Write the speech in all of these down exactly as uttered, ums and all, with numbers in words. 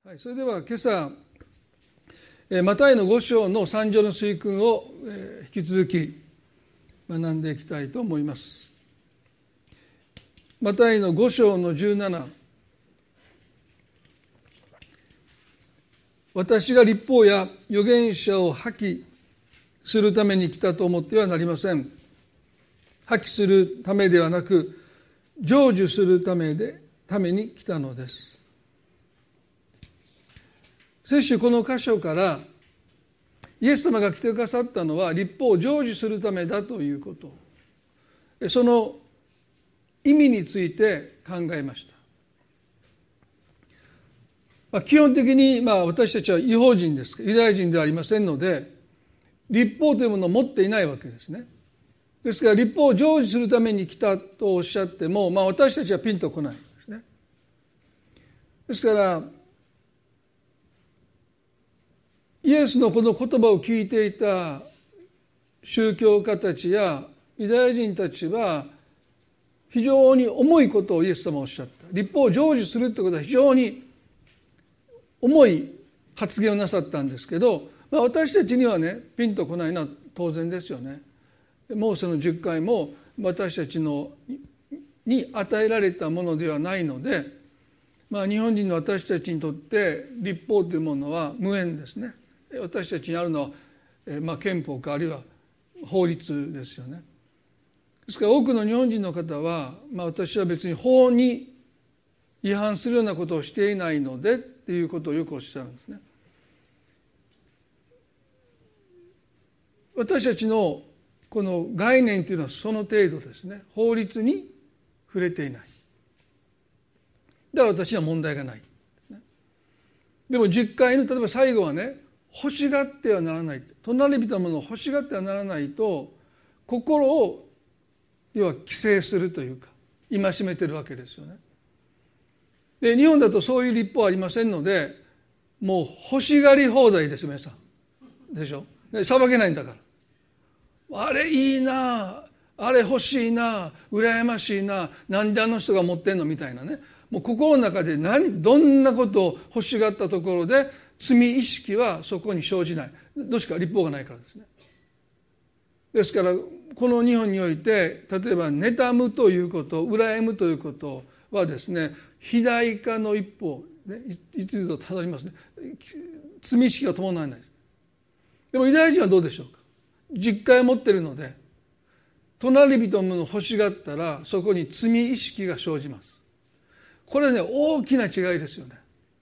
はい、それでは今朝マタイのご章の三条の水訓を引き続き学んでいきたいと思います。マタイのご章のじゅうなな、私が律法や預言者を破棄するために来たと思ってはなりません。破棄するためではなく成就するためでために来たのです。先週この箇所からイエス様が来てくださったのは律法を成就するためだということ、その意味について考えました。まあ、基本的にまあ私たちは異邦人です、ユダヤ人ではありませんので律法というものを持っていないわけですね。ですから律法を成就するために来たとおっしゃっても、まあ、私たちはピンとこないんですね。ですからイエスのこの言葉を聞いていた宗教家たちやユダヤ人たちは非常に重いことをイエス様はおっしゃった。律法を成就するということは非常に重い発言をなさったんですけど、まあ、私たちにはねピンとこないのは当然ですよね。モーセのじゅっかいも私たちのに与えられたものではないので、まあ、日本人の私たちにとって律法というものは無縁ですね。私たちにあるのは、まあ、憲法かあるいは法律ですよね。ですから多くの日本人の方は、まあ、私は別に法に違反するようなことをしていないのでっていうことをよくおっしゃるんですね。私たちのこの概念というのはその程度ですね。法律に触れていない。だから私には問題がない。でもじゅっかいの例えば最後はね、欲しがってはならない、隣人のものを欲しがってはならないと心を要は規制するというか戒めてるわけですよね。で日本だとそういう律法はありませんので、もう欲しがり放題です皆さんでしょ。で裁けないんだから、あれいいな、あれ欲しいな、羨ましいな、なんであの人が持ってんのみたいなね、もう心の中で何どんなことを欲しがったところで罪意識はそこに生じない。どうしてか、律法がないからですね。ですからこの日本において例えば妬むということ、羨むということはですね、肥大化の一方、ね、いつぞたどりますね。罪意識が伴わないです。でもユダヤ人はどうでしょうか。実戒を持っているので隣人のものを欲しがったらそこに罪意識が生じます。これね大きな違いですよね。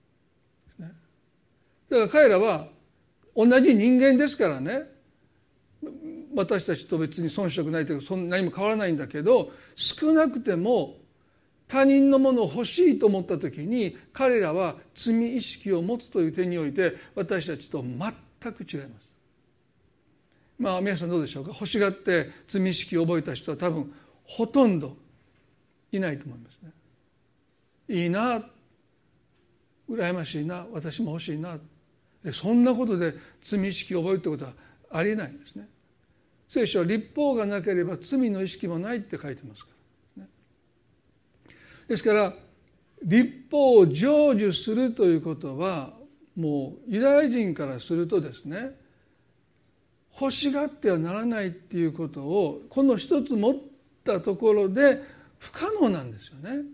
だから彼らは同じ人間ですからね、私たちと別に遜色ないというかそんなにも変わらないんだけど、少なくても他人のものを欲しいと思った時に彼らは罪意識を持つという点において私たちと全く違います。まあ皆さんどうでしょうか。欲しがって罪意識を覚えた人は多分ほとんどいないと思いますね。いいな、羨ましいな、私も欲しいな、そんなことで罪意識を覚えるということはありえないんですね。聖書は律法がなければ罪の意識もないって書いてますから、ね、ですから律法を成就するということはもうユダヤ人からするとですね、欲しがってはならないっていうことをこの一つ持ったところで不可能なんですよね。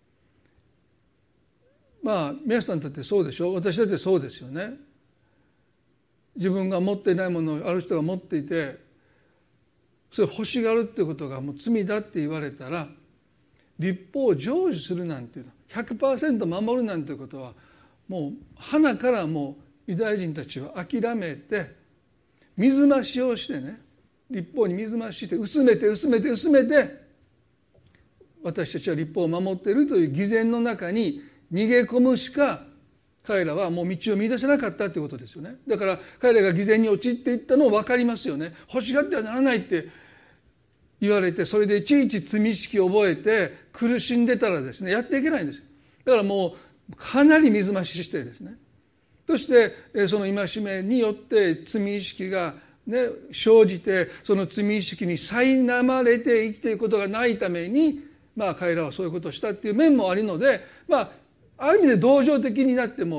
まあ皆さんだってそうでしょう。私だってそうですよね。自分が持っていないものをある人が持っていてそれを欲しがるっていうことがもう罪だって言われたら、律法を成就するなんていうの ひゃくパーセント 守るなんていうことはもう鼻からもうユダヤ人たちは諦めて水増しをしてね、律法に水増しして薄めて薄めて薄めて私たちは律法を守っているという偽善の中に逃げ込むしか彼らはもう道を見出せなかったということですよね。だから彼らが偽善に陥っていったのも分かりますよね。欲しがってはならないって言われて、それでいちいち罪意識を覚えて苦しんでたらですね、やっていけないんです。だからもうかなり水増ししてですね、そしてその戒めによって罪意識がね生じて、その罪意識に苛まれて生きていくことがないために、まあ彼らはそういうことをしたっていう面もあるので、まあある意味で同情的になっても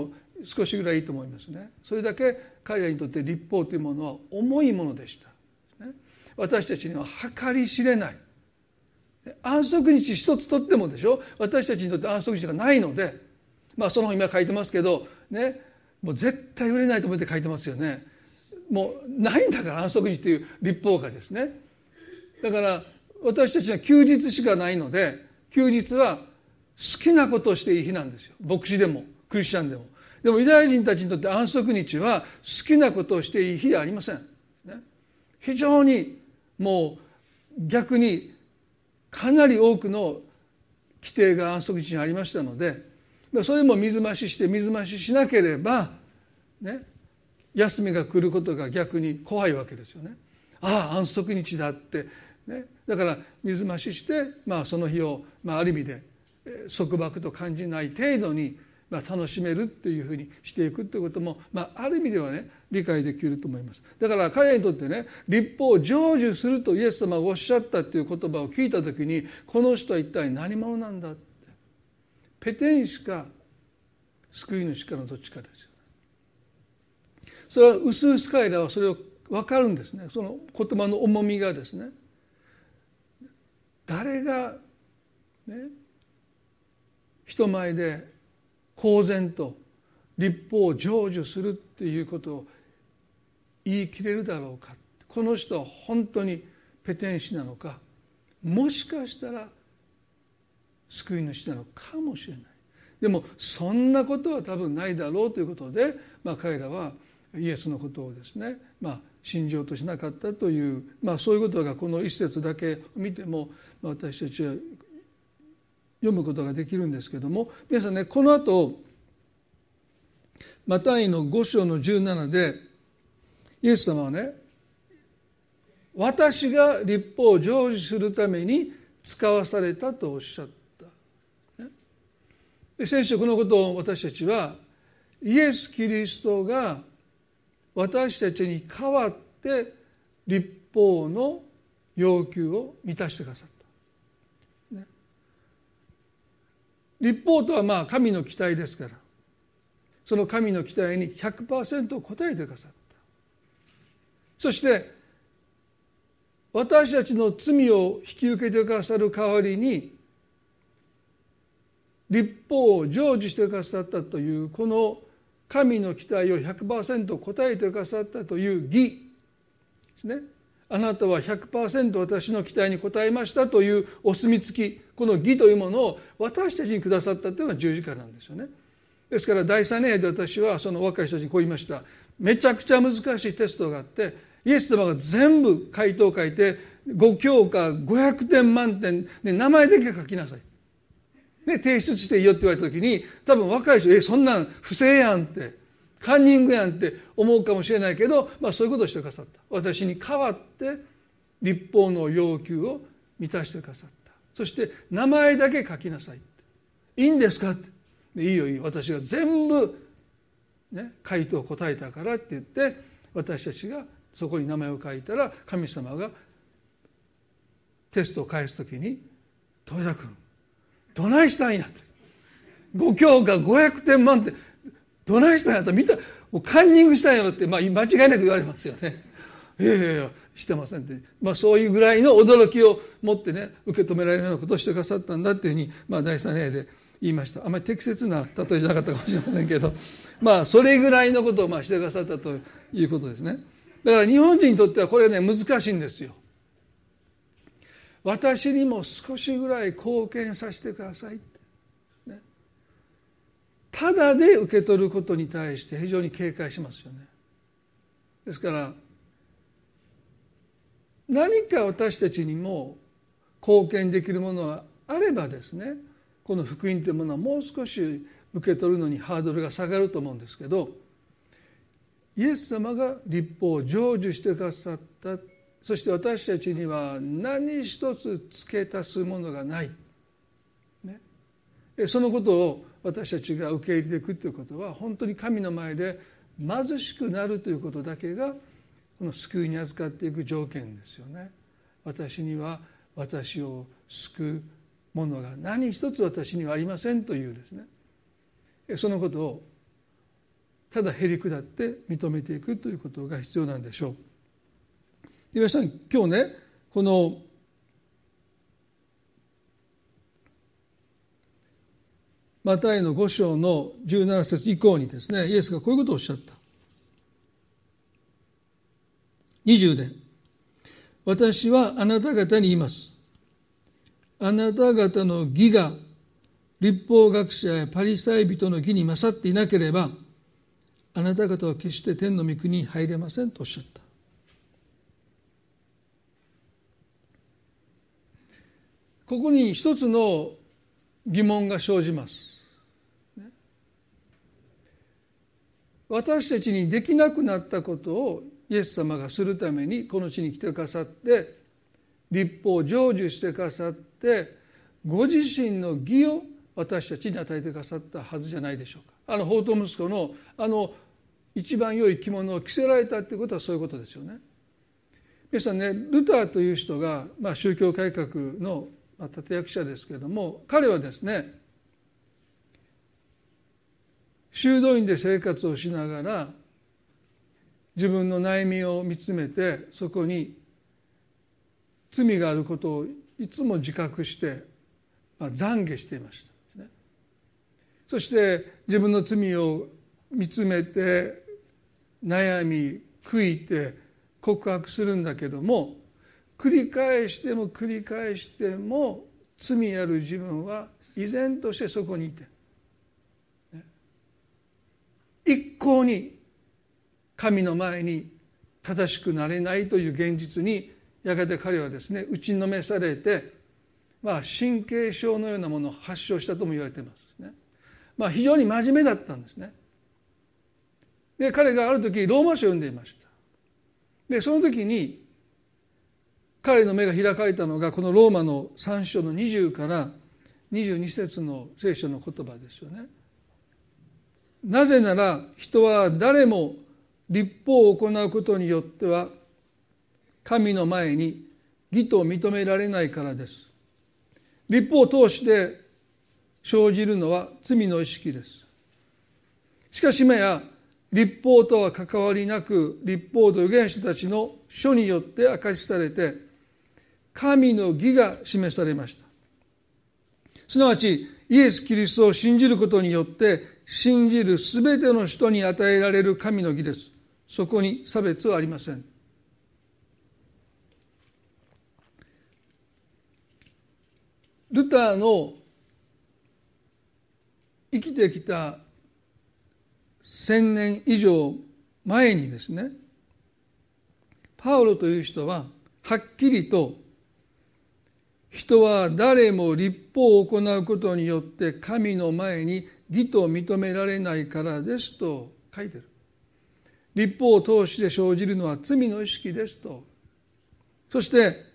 少しぐらいいいと思いますね。それだけ彼らにとって律法というものは重いものでした。私たちには計り知れない。安息日一つとってもでしょ、私たちにとって安息日がないので、まあその本今書いてますけどね、もう絶対売れないと思って書いてますよね。もうないんだから安息日という律法がですね。だから私たちは休日しかないので、休日は好きなことをしていい日なんですよ。牧師でもクリスチャンでも。でもユダヤ人たちにとって安息日は好きなことをしていい日ではありません、ね、非常にもう逆にかなり多くの規定が安息日にありましたので、それも水増しして水増ししなければ、ね、休みが来ることが逆に怖いわけですよね。ああ安息日だって、ね、だから水増しして、まあ、その日を、まあ、ある意味で束縛と感じない程度に、まあ、楽しめるというふうにしていくということも、まあ、ある意味ではね理解できると思います。だから彼にとってね、律法を成就するとイエス様がおっしゃったという言葉を聞いたときに、この人は一体何者なんだって、ペテン師か救い主かのどっちかですよね。それはうすうす彼らはそれを分かるんですね。その言葉の重みがですね、誰がね人前で公然と律法を成就するっていうことを言い切れるだろうか。この人は本当にペテン師なのか、もしかしたら救い主なのかもしれない。でもそんなことは多分ないだろうということで、まあ、彼らはイエスのことをですね、まあ、信じようとしなかったという、まあ、そういうことがこの一節だけ見ても、まあ、私たちは読むことができるんですけども、皆さんね、この後マタイのご章のじゅうななでイエス様はね、私が律法を成就するために使わされたとおっしゃった、ね、で先週このことを私たちはイエス・キリストが私たちに代わって律法の要求を満たしてくださった、ね、律法とはまあ神の期待ですから、その神の期待に ひゃくパーセント 応えてくださった。そして私たちの罪を引き受けてくださる代わりに律法を成就してくださったという、この神の期待を ひゃくパーセント 応えてくださったという義ですね。あなたは ひゃくパーセント 私の期待に応えましたというお墨付き、この義というものを私たちにくださったというのが十字架なんですよね。ですから第三例で私はその若い人たちにこう言いました。めちゃくちゃ難しいテストがあって、イエス様が全部回答を書いてご教科ごひゃくてん満点で名前だけ書きなさいで提出していいよって言われた時に、多分若い人えそんなん不正やんってカンニングやんって思うかもしれないけど、まあ、そういうことをしてくださった。私に代わって律法の要求を満たしてくださった。そして名前だけ書きなさいって、いいんですかって、いいよいいよ、私が全部、ね、回答を答えたからって言って、私たちがそこに名前を書いたら、神様がテストを返すときに、豊田君どないしたんやって、ご教科ごひゃくてん満点どないしたんやって見た、もうカンニングしたんやろって、まあ、間違いなく言われますよね。いやいやいやしてませんって、まあ、そういうぐらいの驚きを持ってね、受け止められるようなことをしてくださったんだっていうふうに、まあ、第三例で言いました。あまり適切な例えじゃなかったかもしれませんけど、まあそれぐらいのことをまあしてくださったということですね。だから日本人にとってはこれね難しいんですよ。私にも少しぐらい貢献させてくださいって、ね、ただで受け取ることに対して非常に警戒しますよね。ですから何か私たちにも貢献できるものがあればですね、この福音というものはもう少し受け取るのにハードルが下がると思うんですけど、イエス様が律法を成就してくださった。そして私たちには何一つ付け足すものがない、ね、そのことを私たちが受け入れていくということは、本当に神の前で貧しくなるということだけがこの救いに預かっていく条件ですよね。私には私を救うものが何一つ私にはありませんというですね、そのことをただへり下って認めていくということが必要なんでしょう。皆さん、今日ね、このマタイのご章のじゅうなな節以降にですね、イエスがこういうことをおっしゃった。にじゅうで、私はあなた方に言います。あなた方の義が律法学者やパリサイ人の義に勝っていなければ、あなた方は決して天の御国に入れませんとおっしゃった。ここに一つの疑問が生じます。私たちにできなくなったことをイエス様がするためにこの地に来てくださって、律法を成就してくださって、ご自身の義を私たちに与えてくださったはずじゃないでしょうか。あの放蕩息子のあの一番良い着物を着せられたということはそういうことですよね。皆さんね、ルターという人が、まあ、宗教改革の立役者ですけれども、彼はですね、修道院で生活をしながら自分の悩みを見つめて、そこに罪があることをいつも自覚して、まあ、懺悔していました。そして自分の罪を見つめて悩み悔いて告白するんだけども、繰り返しても繰り返しても罪ある自分は依然としてそこにいて、一向に神の前に正しくなれないという現実にやがて彼はですね、打ちのめされて、まあ、神経症のようなものを発症したとも言われていますね。まあ、非常に真面目だったんですね。で、彼がある時ローマ書を読んでいました。で、その時に彼の目が開かれたのがこのローマのさん章のにじゅうからにじゅうに節の聖書の言葉ですよね。なぜなら人は誰も律法を行うことによっては神の前に義と認められないからです。律法を通して生じるのは罪の意識です。しかし今や律法とは関わりなく、律法と預言者たちの書によって明かしされて、神の義が示されました。すなわちイエス・キリストを信じることによって信じるすべての人に与えられる神の義です。そこに差別はありません。ルターの生きてきた千年以上前にですね、パウロという人ははっきりと人は誰も律法を行うことによって神の前に義と認められないからですと書いてる。律法を通して生じるのは罪の意識ですと。そして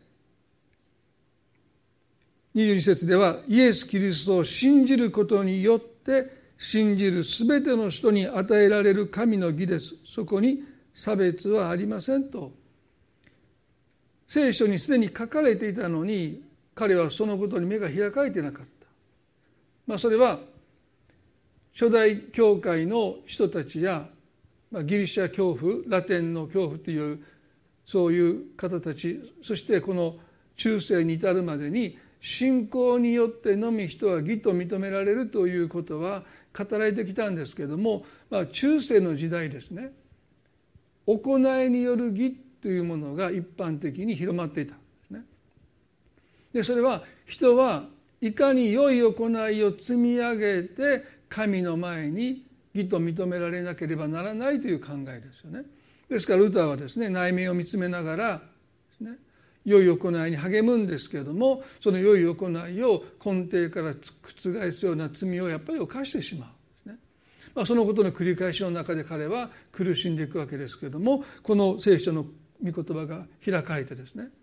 にじゅうに節ではイエス・キリストを信じることによって信じるすべての人に与えられる神の義です。そこに差別はありませんと。聖書にすでに書かれていたのに彼はそのことに目が開かれていなかった。まあ、それは初代教会の人たちや、まあ、ギリシャ教父、ラテンの教父というそういう方たち、そしてこの中世に至るまでに信仰によってのみ人は義と認められるということは語られてきたんですけれども、まあ、中世の時代ですね、行いによる義というものが一般的に広まっていたんですね。でそれは人はいかに良い行いを積み上げて神の前に義と認められなければならないという考えですよね。ですからルターはですね、内面を見つめながらですね、良い行いに励むんですけれども、その良い行いを根底から覆すような罪をやっぱり犯してしまう。まあ、そのことの繰り返しの中で彼は苦しんでいくわけですけれども、この聖書の御言葉が開かれてですね、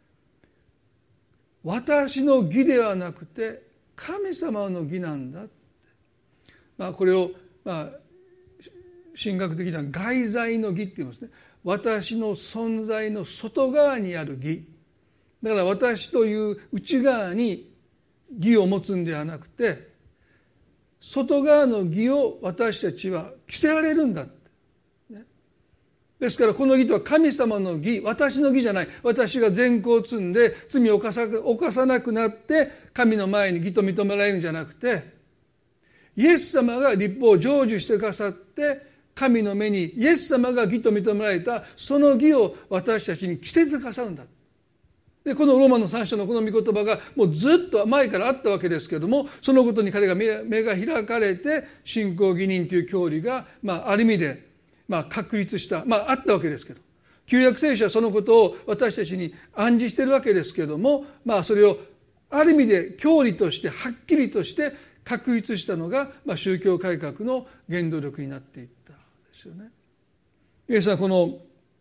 私の義ではなくて神様の義なんだって、まあ、これをまあ神学的には外在の義って言いますね。私の存在の外側にある義だから、私という内側に義を持つんではなくて、 外側の義を私たちは着せられるんだ、ね、ですからこの義とは神様の義、私の義じゃない。私が善行を積んで罪を犯さ、犯さなくなって神の前に義と認められるんじゃなくて、イエス様が律法を成就してくださって神の目にイエス様が義と認められたその義を私たちに着せてくださるんだ。でこのローマのさん章のこの御言葉がもうずっと前からあったわけですけれども、そのことに彼が 目, 目が開かれて信仰義人という教理が、まあ、ある意味で、まあ、確立した、まあ、あったわけですけど、旧約聖書はそのことを私たちに暗示しているわけですけれども、まあ、それをある意味で教理としてはっきりとして確立したのが、まあ、宗教改革の原動力になっていったんですよね。イエスはこの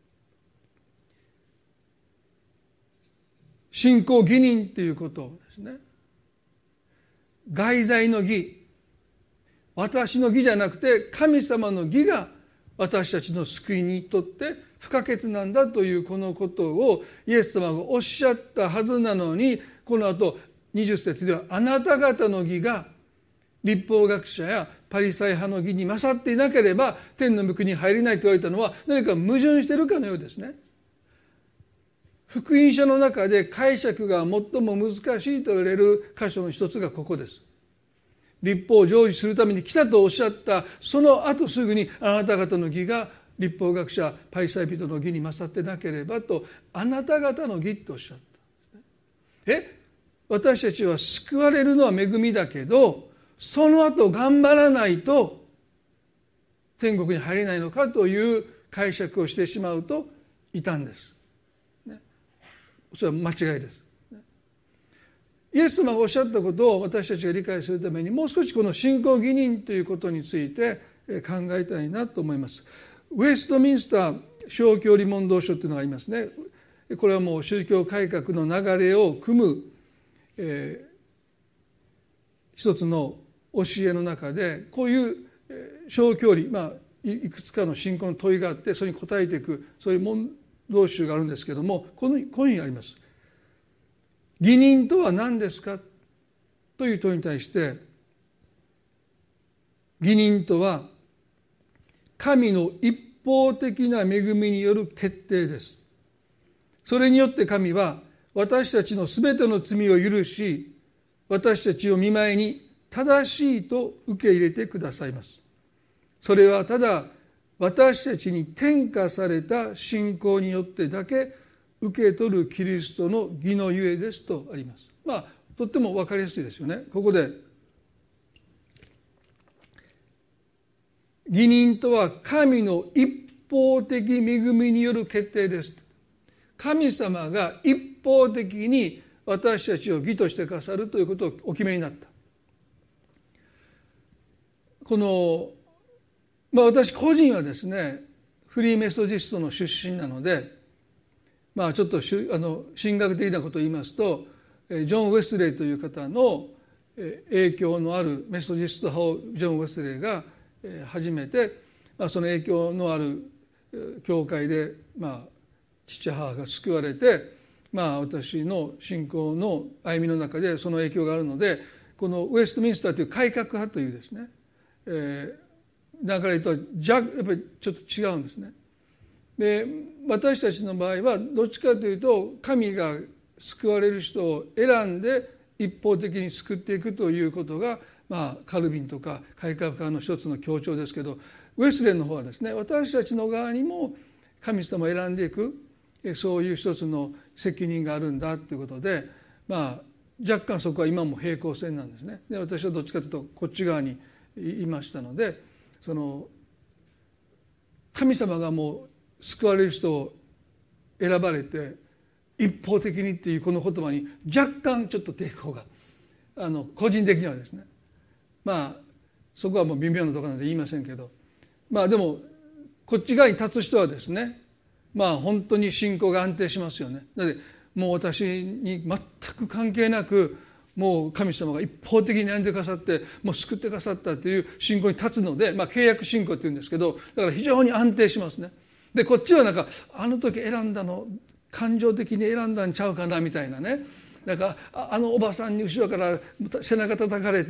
信仰義人ということをですね、外在の義、私の義じゃなくて神様の義が私たちの救いにとって不可欠なんだというこのことをイエス様がおっしゃったはずなのに、この後にじゅっ節ではあなた方の義が律法学者やパリサイ派の義に勝っていなければ天の御国に入れないと言われたのは何か矛盾しているかのようですね。福音書の中で解釈が最も難しいと言われる箇所の一つがここです。律法を成就するために来たとおっしゃったその後すぐにあなた方の義が律法学者パリサイ人の義に勝ってなければと、あなた方の義とおっしゃった。え私たちは救われるのは恵みだけど、その後頑張らないと天国に入れないのかという解釈をしてしまうといたんです。それは間違いです。イエス様がおっしゃったことを私たちが理解するためにもう少しこの信仰義人ということについて考えたいなと思います。ウェストミンスター小教理問答書というのがありますね。これはもう宗教改革の流れを組む、えー、一つの教えの中でこういう小教理、まあ、いくつかの信仰の問いがあってそれに答えていくそういう問答集があるんですけども、このこういうふうにあります。義人とは何ですかという問いに対して、義人とは神の一方的な恵みによる決定です。それによって神は私たちのすべての罪を許し、私たちを御前に正しいと受け入れてくださいます。それはただ私たちに転化された信仰によってだけ受け取るキリストの義のゆえですとあります。まあとっても分かりやすいですよね。ここで義人とは神の一方的恵みによる決定です。神様が一方的に私たちを義としてくださるということをお決めになった。このまあ、私個人はですねフリーメソディストの出身なので、まあ、ちょっとあの神学的なことを言いますとジョン・ウェスレーという方の影響のあるメソディスト派をジョン・ウェスレーが始めて、まあ、その影響のある教会で、まあ、父母が救われて、まあ、私の信仰の歩みの中でその影響があるので、このウェストミンスターという改革派というですね、えーだから言うとじゃやっぱりちょっと違うんですね。で私たちの場合はどっちかというと神が救われる人を選んで一方的に救っていくということが、まあ、カルビンとか改革派の一つの強調ですけど、ウェスレーの方はですね私たちの側にも神様を選んでいくそういう一つの責任があるんだということで、まあ、若干そこは今も平行線なんですね。で私はどっちかというとこっち側にいましたので、その神様がもう救われる人を選ばれて一方的にっていうこの言葉に若干ちょっと抵抗があの個人的にはですね、まあそこはもう微妙なところなんで言いませんけど、まあでもこっち側に立つ人はですね、まあ本当に信仰が安定しますよね。だってもう私に全く関係なくもう神様が一方的に選んでくださってもう救ってくださったという信仰に立つので、まあ、契約信仰っていうんですけど、だから非常に安定しますね。でこっちはなんかあの時選んだの感情的に選んだんちゃうかなみたいなね、なんかあのおばさんに後ろから背中叩かれて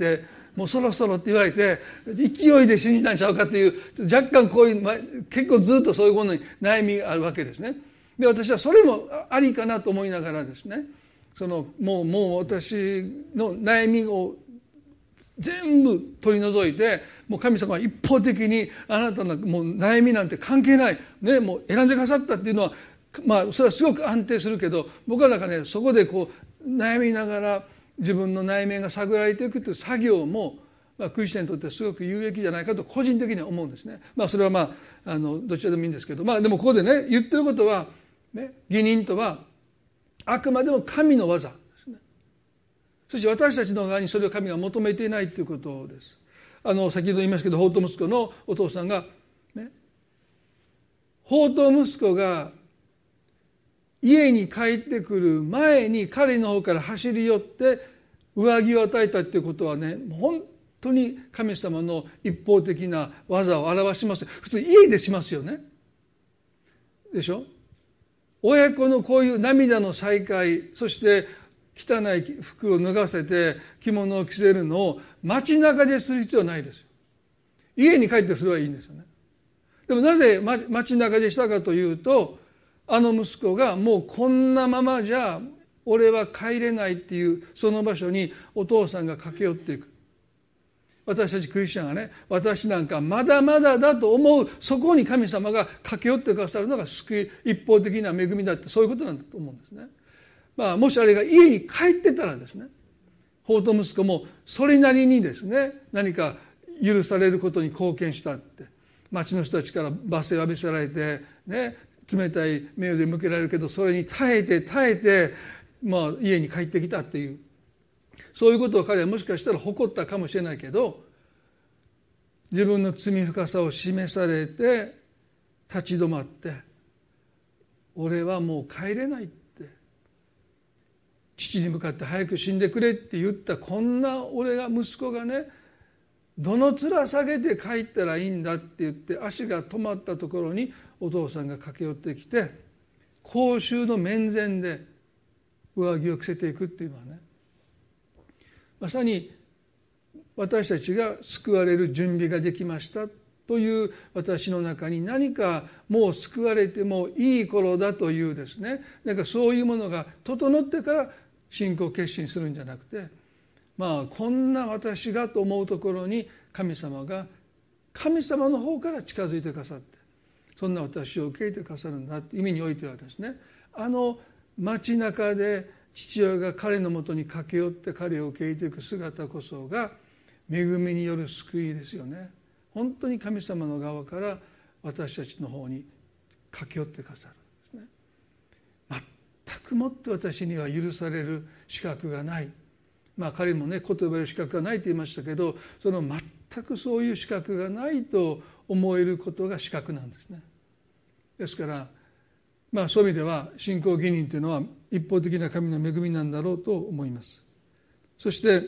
もうそろそろって言われて勢いで信じたんちゃうかっていう若干こういう、まあ、結構ずっとそういうものに悩みがあるわけですね。で私はそれもありかなと思いながらですね、そのもうもう私の悩みを全部取り除いて、もう神様は一方的にあなたのもう悩みなんて関係ない、ね、もう選んでくださったっていうのは、まあそれはすごく安定するけど、僕はなんかねそこでこう悩みながら自分の内面が探られていくという作業も、まあ、クリスチャンにとってすごく有益じゃないかと個人的には思うんですね。まあそれはまああのどちらでもいいんですけど、まあでもここでね言ってることは、ね、義人とはあくまでも神の技ですね。そして私たちの側にそれを神が求めていないということです。あの先ほど言いましたけど、放蕩息子のお父さんが、ね、放蕩息子が家に帰ってくる前に彼の方から走り寄って上着を与えたということはね、本当に神様の一方的な技を表します。普通家でしますよね。でしょ。親子のこういう涙の再会、そして汚い服を脱がせて着物を着せるのを街中でする必要はないですよ。家に帰ってすればいいんですよね。でもなぜ街中でしたかというと、あの息子がもうこんなままじゃ俺は帰れないっていうその場所にお父さんが駆け寄っていく。私たちクリスチャンがね、私なんかまだまだだと思う、そこに神様が駆け寄ってくださるのが救い、一方的な恵みだって、そういうことなんだと思うんですね。まあ、もしあれが家に帰ってたらですね、放蕩息子もそれなりにですね、何か許されることに貢献したって、町の人たちから罵声を浴びせられてね、冷たい目で向けられるけど、それに耐えて耐えて、まあ、家に帰ってきたっていう、そういうことを彼はもしかしたら誇ったかもしれないけど、自分の罪深さを示されて立ち止まって、俺はもう帰れないって、父に向かって早く死んでくれって言ったこんな俺が息子がね、どの面下げて帰ったらいいんだって言って足が止まったところにお父さんが駆け寄ってきて、公衆の面前で上着を着せていくっていうのはね、まさに私たちが救われる準備ができましたという私の中に、何かもう救われてもいい頃だというですね、なんかそういうものが整ってから信仰決心するんじゃなくて、まあこんな私がと思うところに神様が神様の方から近づいてくださって、そんな私を受け入れてくださるんだという意味においてはですね、あの街中で父親が彼のもとに駆け寄って彼を受け入れていく姿こそが恵みによる救いですよね。本当に神様の側から私たちの方に駆け寄ってくださるんですね。全くもって私には許される資格がない、まあ彼もね、子と呼ばれる資格がないと言いましたけど、その全くそういう資格がないと思えることが資格なんですね。ですからまあそういう意味では信仰義人というのは一方的な神の恵みなんだろうと思います。そして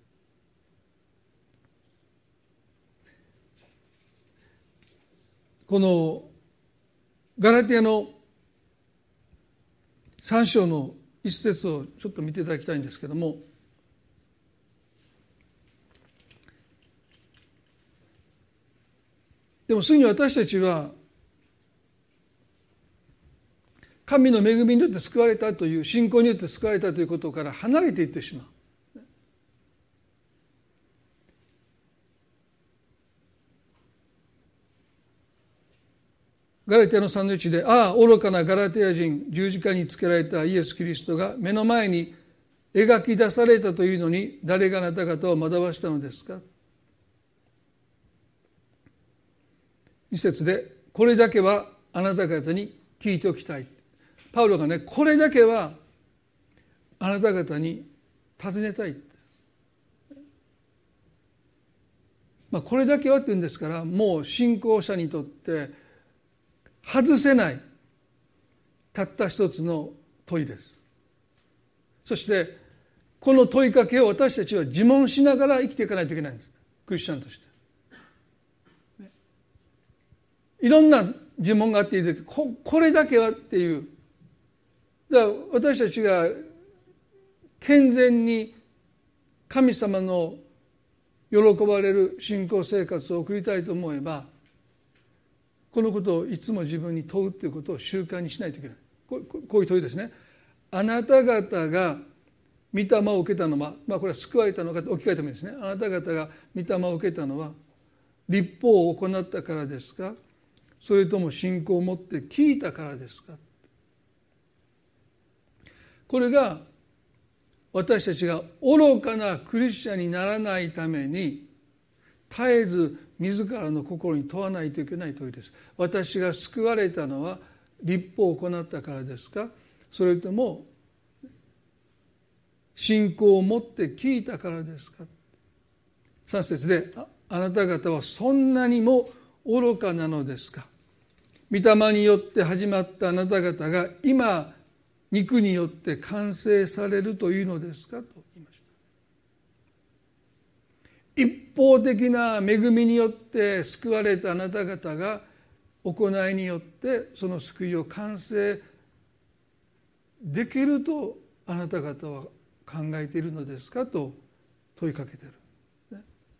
このガラティアのさん章の一節をちょっと見ていただきたいんですけども、でもすぐに私たちは神の恵みによって救われたという、信仰によって救われたということから離れていってしまう。ガラティアのさんのいちで、ああ愚かなガラティア人、十字架につけられたイエス・キリストが目の前に描き出されたというのに、誰があなた方を惑わしたのですか。一節で、これだけはあなた方に聞いておきたい。パウロがね、これだけはあなた方に尋ねたい。まあ、これだけはって言うんですから、もう信仰者にとって外せないたった一つの問いです。そしてこの問いかけを私たちは自問しながら生きていかないといけないんです。クリスチャンとしていろんな自問があっていいですけど、 こ, これだけはっていう、だから私たちが健全に神様の喜ばれる信仰生活を送りたいと思えば、このことをいつも自分に問うということを習慣にしないといけない。こう、こういう問いですね。あなた方が御霊を受けたのは、まあ、これは救われたのかと置き換えてもいいですね。あなた方が御霊を受けたのは律法を行ったからですか、それとも信仰を持って聞いたからですか。これが私たちが愚かなクリスチャンにならないために絶えず自らの心に問わないといけない問いです。私が救われたのは律法を行ったからですか、それとも信仰を持って聞いたからですか。さん節で あ, あなた方はそんなにも愚かなのですか。御霊によって始まったあなた方が今肉によって完成されるというのですかと言いました。一方的な恵みによって救われたあなた方が行いによってその救いを完成できるとあなた方は考えているのですかと問いかけている。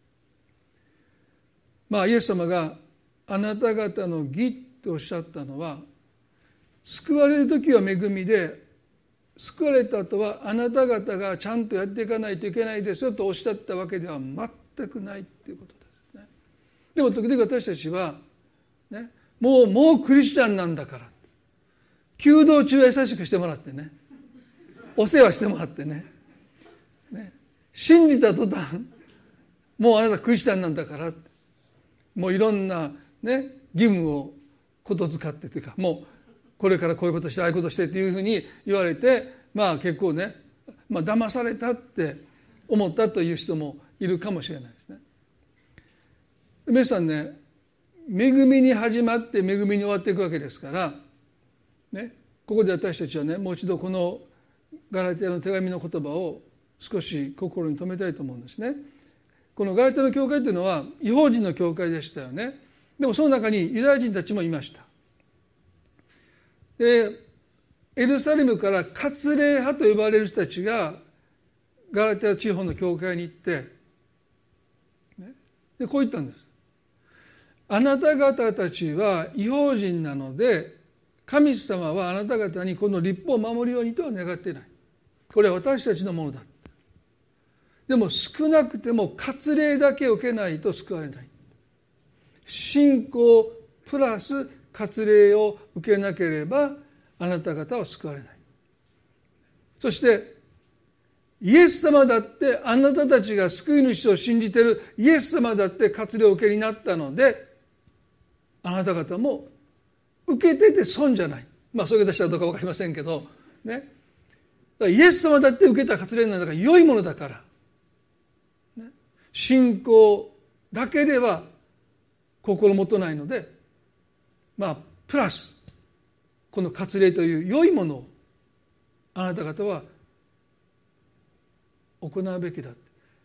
まあイエス様があなた方の義とおっしゃったのは、救われる時は恵みで、救われた後はあなた方がちゃんとやっていかないといけないですよとおっしゃったわけでは全くないということですね。でも時々私たちは、ね、もうもうクリスチャンなんだから、弓道中は優しくしてもらってね、お世話してもらってね、ね、信じた途端もうあなたクリスチャンなんだから、もういろんな、ね、義務をこと使ってというか、もうこれからこういうことしてああいうことしてっていうふうに言われて、まあ結構ね、まあ騙されたって思ったという人もいるかもしれないですね。皆さんね、恵みに始まって恵みに終わっていくわけですから、ね、ここで私たちはね、もう一度このガラテヤの手紙の言葉を少し心に留めたいと思うんですね。このガラテヤの教会というのは異邦人の教会でしたよね。でもその中にユダヤ人たちもいました。でエルサレムから割礼派と呼ばれる人たちがガラテヤ地方の教会に行って、ね、でこう言ったんです。あなた方たちは異邦人なので、神様はあなた方にこの律法を守るようにとは願っていない。これは私たちのものだ。でも少なくても割礼だけ受けないと救われない。信仰プラス割礼を受けなければあなた方は救われない。そしてイエス様だって、あなたたちが救い主を信じているイエス様だって割礼を受けになったので、あなた方も受けてて損じゃない。まあそういう方したらどうか分かりませんけどね。イエス様だって受けた割礼なんだから良いものだから、ね、信仰だけでは心もとないので、まあプラスこの割礼という良いものをあなた方は行うべきだ。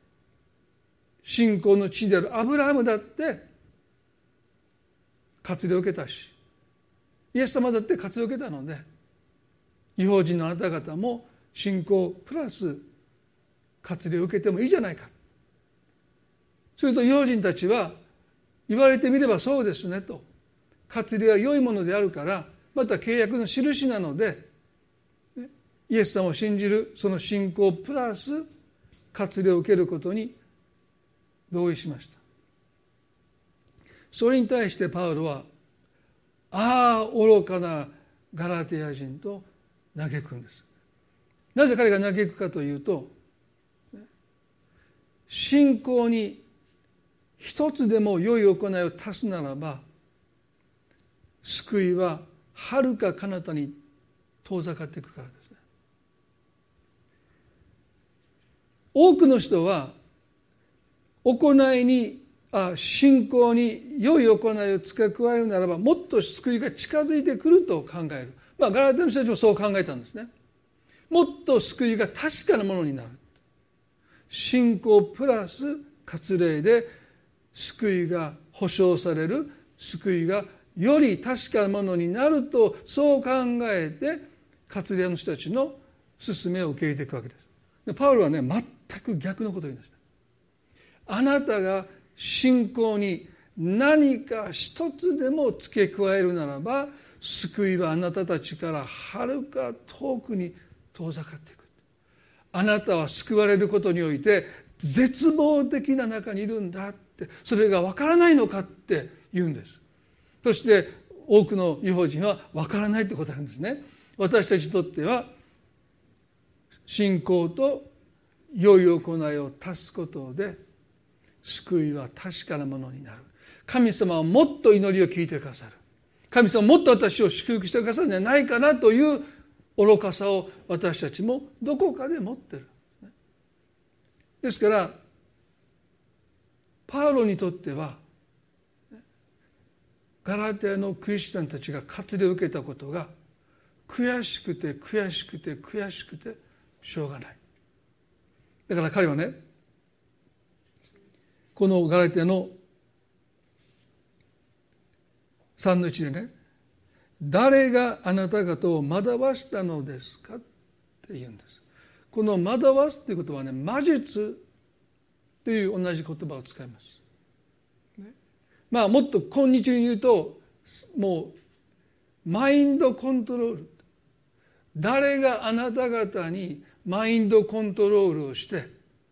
信仰の父であるアブラハムだって割礼を受けたし、イエス様だって割礼を受けたので、異邦人のあなた方も信仰プラス割礼を受けてもいいじゃないか。すると異邦人たちは言われてみればそうですねと、割礼は良いものであるから、また契約の印なので、イエス様を信じるその信仰プラス割礼を受けることに同意しました。それに対してパウロは、ああ愚かなガラテヤ人と嘆くんです。なぜ彼が嘆くかというと、信仰に一つでも良い行いを足すならば、救いははるか彼方に遠ざかっていくからですね。多くの人は行いにあ信仰に良い行いを付け加えるならば、もっと救いが近づいてくると考える。まあガラテヤの人たちもそう考えたんですね。もっと救いが確かなものになる。信仰プラス割礼で救いが保証される、救いがより確かなものになると、そう考えて割礼の人たちの勧めを受け入れていくわけです。でパウロはね、全く逆のことを言いました。 あなたが信仰に何か一つでも付け加えるならば、救いはあなたたちからはるか遠くに遠ざかっていく。あなたは救われることにおいて絶望的な中にいるんだって、それが分からないのかって言うんです。そして多くの異邦人は分からないって答えるんですね。私たちにとっては信仰と良い行いを足すことで救いは確かなものになる。神様はもっと祈りを聞いてくださる。神様はもっと私を祝福してくださるんじゃないかなという愚かさを私たちもどこかで持ってる。ですからパウロにとってはガラテヤのクリスチャンたちが割礼を受けたことが悔しくて悔しくて悔しくてしょうがない。だから彼はね、このガラテヤのさんのいちでね、誰があなた方を惑わしたのですかって言うんです。この惑わすという言葉はね、魔術という同じ言葉を使います、ね、まあもっと今日に言うと、もうマインドコントロール、誰があなた方にマインドコントロールをして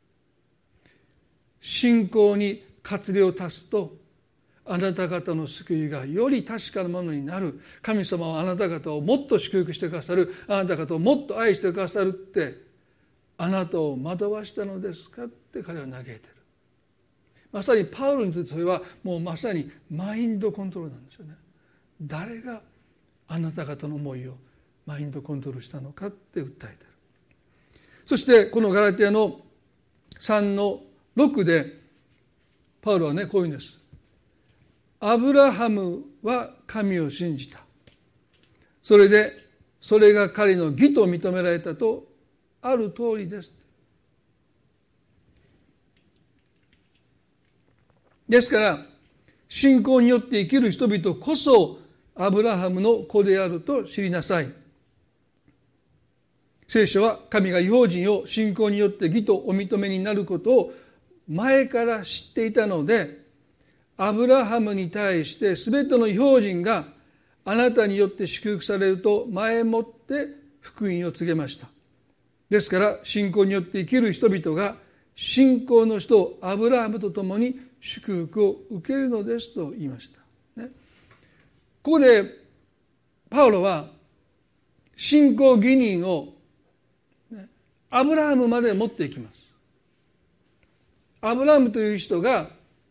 信仰に割礼を足すと、あなた方の救いがより確かなものになる。神様はあなた方をもっと祝福してくださる。あなた方をもっと愛してくださるって、あなたを惑わしたのですかって彼は嘆いている。まさにパウロにとってそれはもうまさにマインドコントロールなんですよね。誰があなた方の思いをマインドコントロールしたのかって訴えている。そしてこのガラテヤのさんのろくでパウロはね、こういうんです。アブラハムは神を信じた。それでそれが彼の義と認められたとある通りです。ですから信仰によって生きる人々こそアブラハムの子であると知りなさい。聖書は神が異邦人を信仰によって義とお認めになることを前から知っていたので、アブラハムに対してすべての異邦人があなたによって祝福されると前もって福音を告げました。ですから信仰によって生きる人々が信仰の人アブラハムと共に祝福を受けるのですと言いました、ね、ここでパウロは信仰義人を、ね、アブラハムまで持っていきます。アブラハムという人が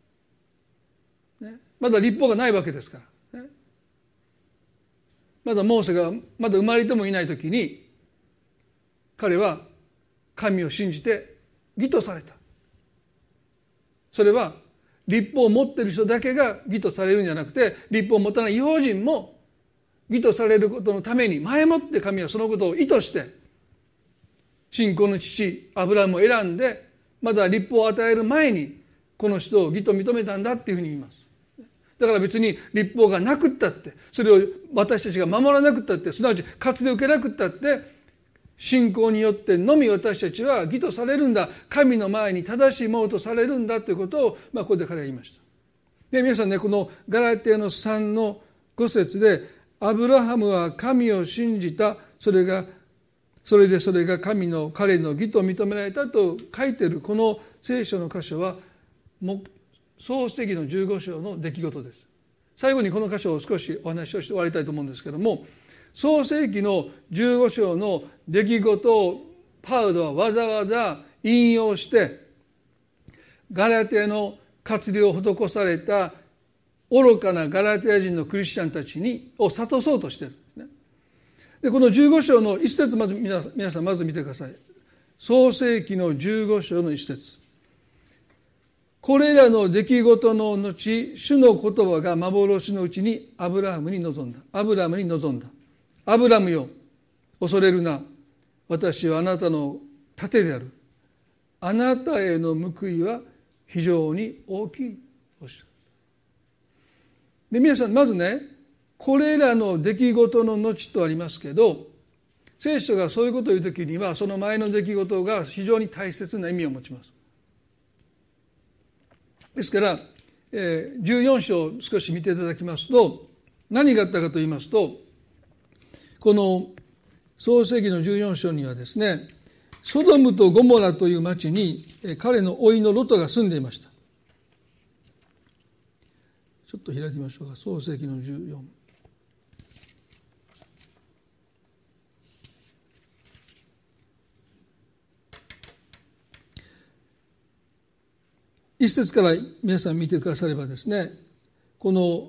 まだ律法がないわけですから、ね、まだモーセがまだ生まれてもいない時に彼は神を信じて義とされた。それは律法を持っている人だけが義とされるんじゃなくて、律法を持たない異邦人も義とされることのために前もって神はそのことを意図して信仰の父アブラハムを選んで、まだ律法を与える前にこの人を義と認めたんだっていうふうに言います。だから別に律法がなくったって、それを私たちが守らなくったって、すなわち割礼を受けなくったって、信仰によってのみ私たちは義とされるんだ、神の前に正しいものとされるんだということを、まあ、ここで彼は言いました。で皆さんね、このガラテヤのさんのご節でアブラハムは神を信じた、それがそれでそれが神の彼の義と認められたと書いているこの聖書の箇所は創世記のじゅうご章の出来事です。最後にこの箇所を少しお話をして終わりたいと思うんですけども、創世記のじゅうご章の出来事をパウロはわざわざ引用してガラテヤの割礼を施された愚かなガラテヤ人のクリスチャンたちにを諭そうとしているんですね。でこのじゅうご章の一節、まず皆さん、皆さんまず見てください。創世記のじゅうご章の一節。これらの出来事の後、主の言葉が幻のうちにアブラハムに臨んだ。アブラハムに臨んだ。アブラムよ、恐れるな。私はあなたの盾である。あなたへの報いは非常に大きい。で皆さん、まずね、これらの出来事の後とありますけど、聖書がそういうことを言うときには、その前の出来事が非常に大切な意味を持ちます。 ですから、えー、じゅうよん章を少し見ていただきますと、何があったかと言いますと、この創世記のじゅうよん章にはですね、ソドムとゴモラという町に彼の甥のロトが住んでいました。ちょっと開きましょうか。創世記のじゅうよん。一節から皆さん見てくださればですね、この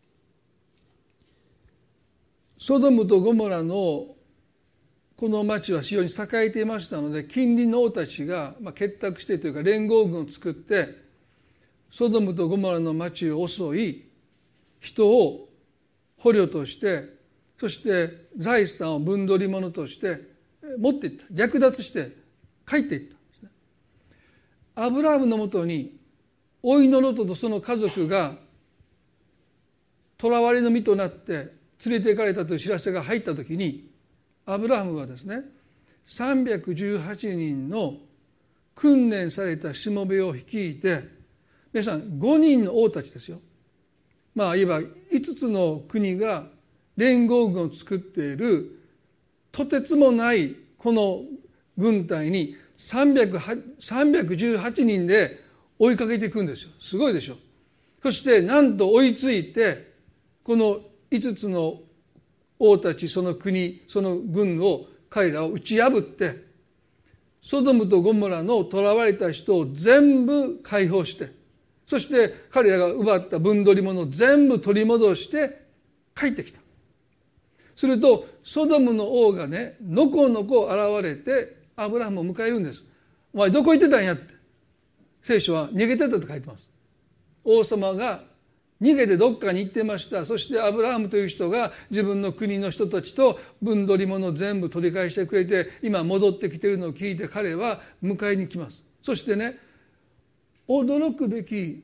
ソドムとゴモラのこの町は非常に栄えていましたので、近隣の王たちが結託してというか連合軍を作ってソドムとゴモラの町を襲い、人を捕虜として、そして財産を分取り物として持っていった、略奪して帰っていったんですね。アブラハムのもとに甥のロトとその家族が囚われの身となって連れて行かれたという知らせが入ったときに、アブラハムはですね、さんびゃくじゅうはちにんの訓練されたしもべを率いて、皆さんごにんの王たちですよ、まあいわばいつつの国が連合軍を作っているとてつもないこの軍隊にさんびゃくじゅうはちにんで追いかけていくんですよ。すごいでしょ。そしてなんと追いついて、このいつつの王たち、その国、その軍を彼らを打ち破って、ソドムとゴモラの囚われた人を全部解放して、そして彼らが奪った分取り物を全部取り戻して帰ってきた。するとソドムの王がね、のこのこ現れてアブラハムを迎えるんです。お前どこ行ってたんやって。聖書は逃げてたと書いてます。王様が逃げてどっかに行ってました。そしてアブラハムという人が自分の国の人たちと分取り物を全部取り返してくれて、今戻ってきているのを聞いて彼は迎えに来ます。そしてね、驚くべき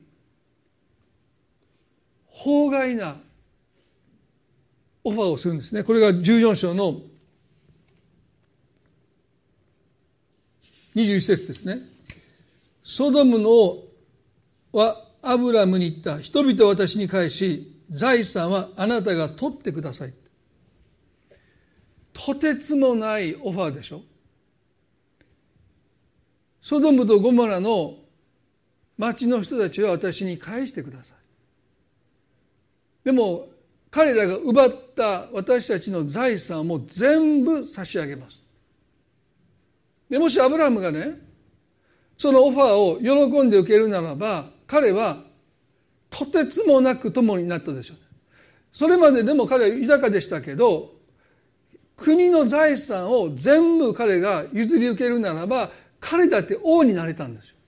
法外なオファーをするんですね。これがじゅうよん章のにじゅういち節ですね。ソドムの王はアブラムに言った。人々を私に返し、財産はあなたが取ってください。とてつもないオファーでしょ。ソドムとゴモラの町の人たちは私に返してください。でも彼らが奪った私たちの財産も全部差し上げます。でもしアブラハムがね、そのオファーを喜んで受けるならば、彼はとてつもなく友になったでしょう。それまででも彼は豊かでしたけど、国の財産を全部彼が譲り受けるならば、彼だって王になれたんですよ。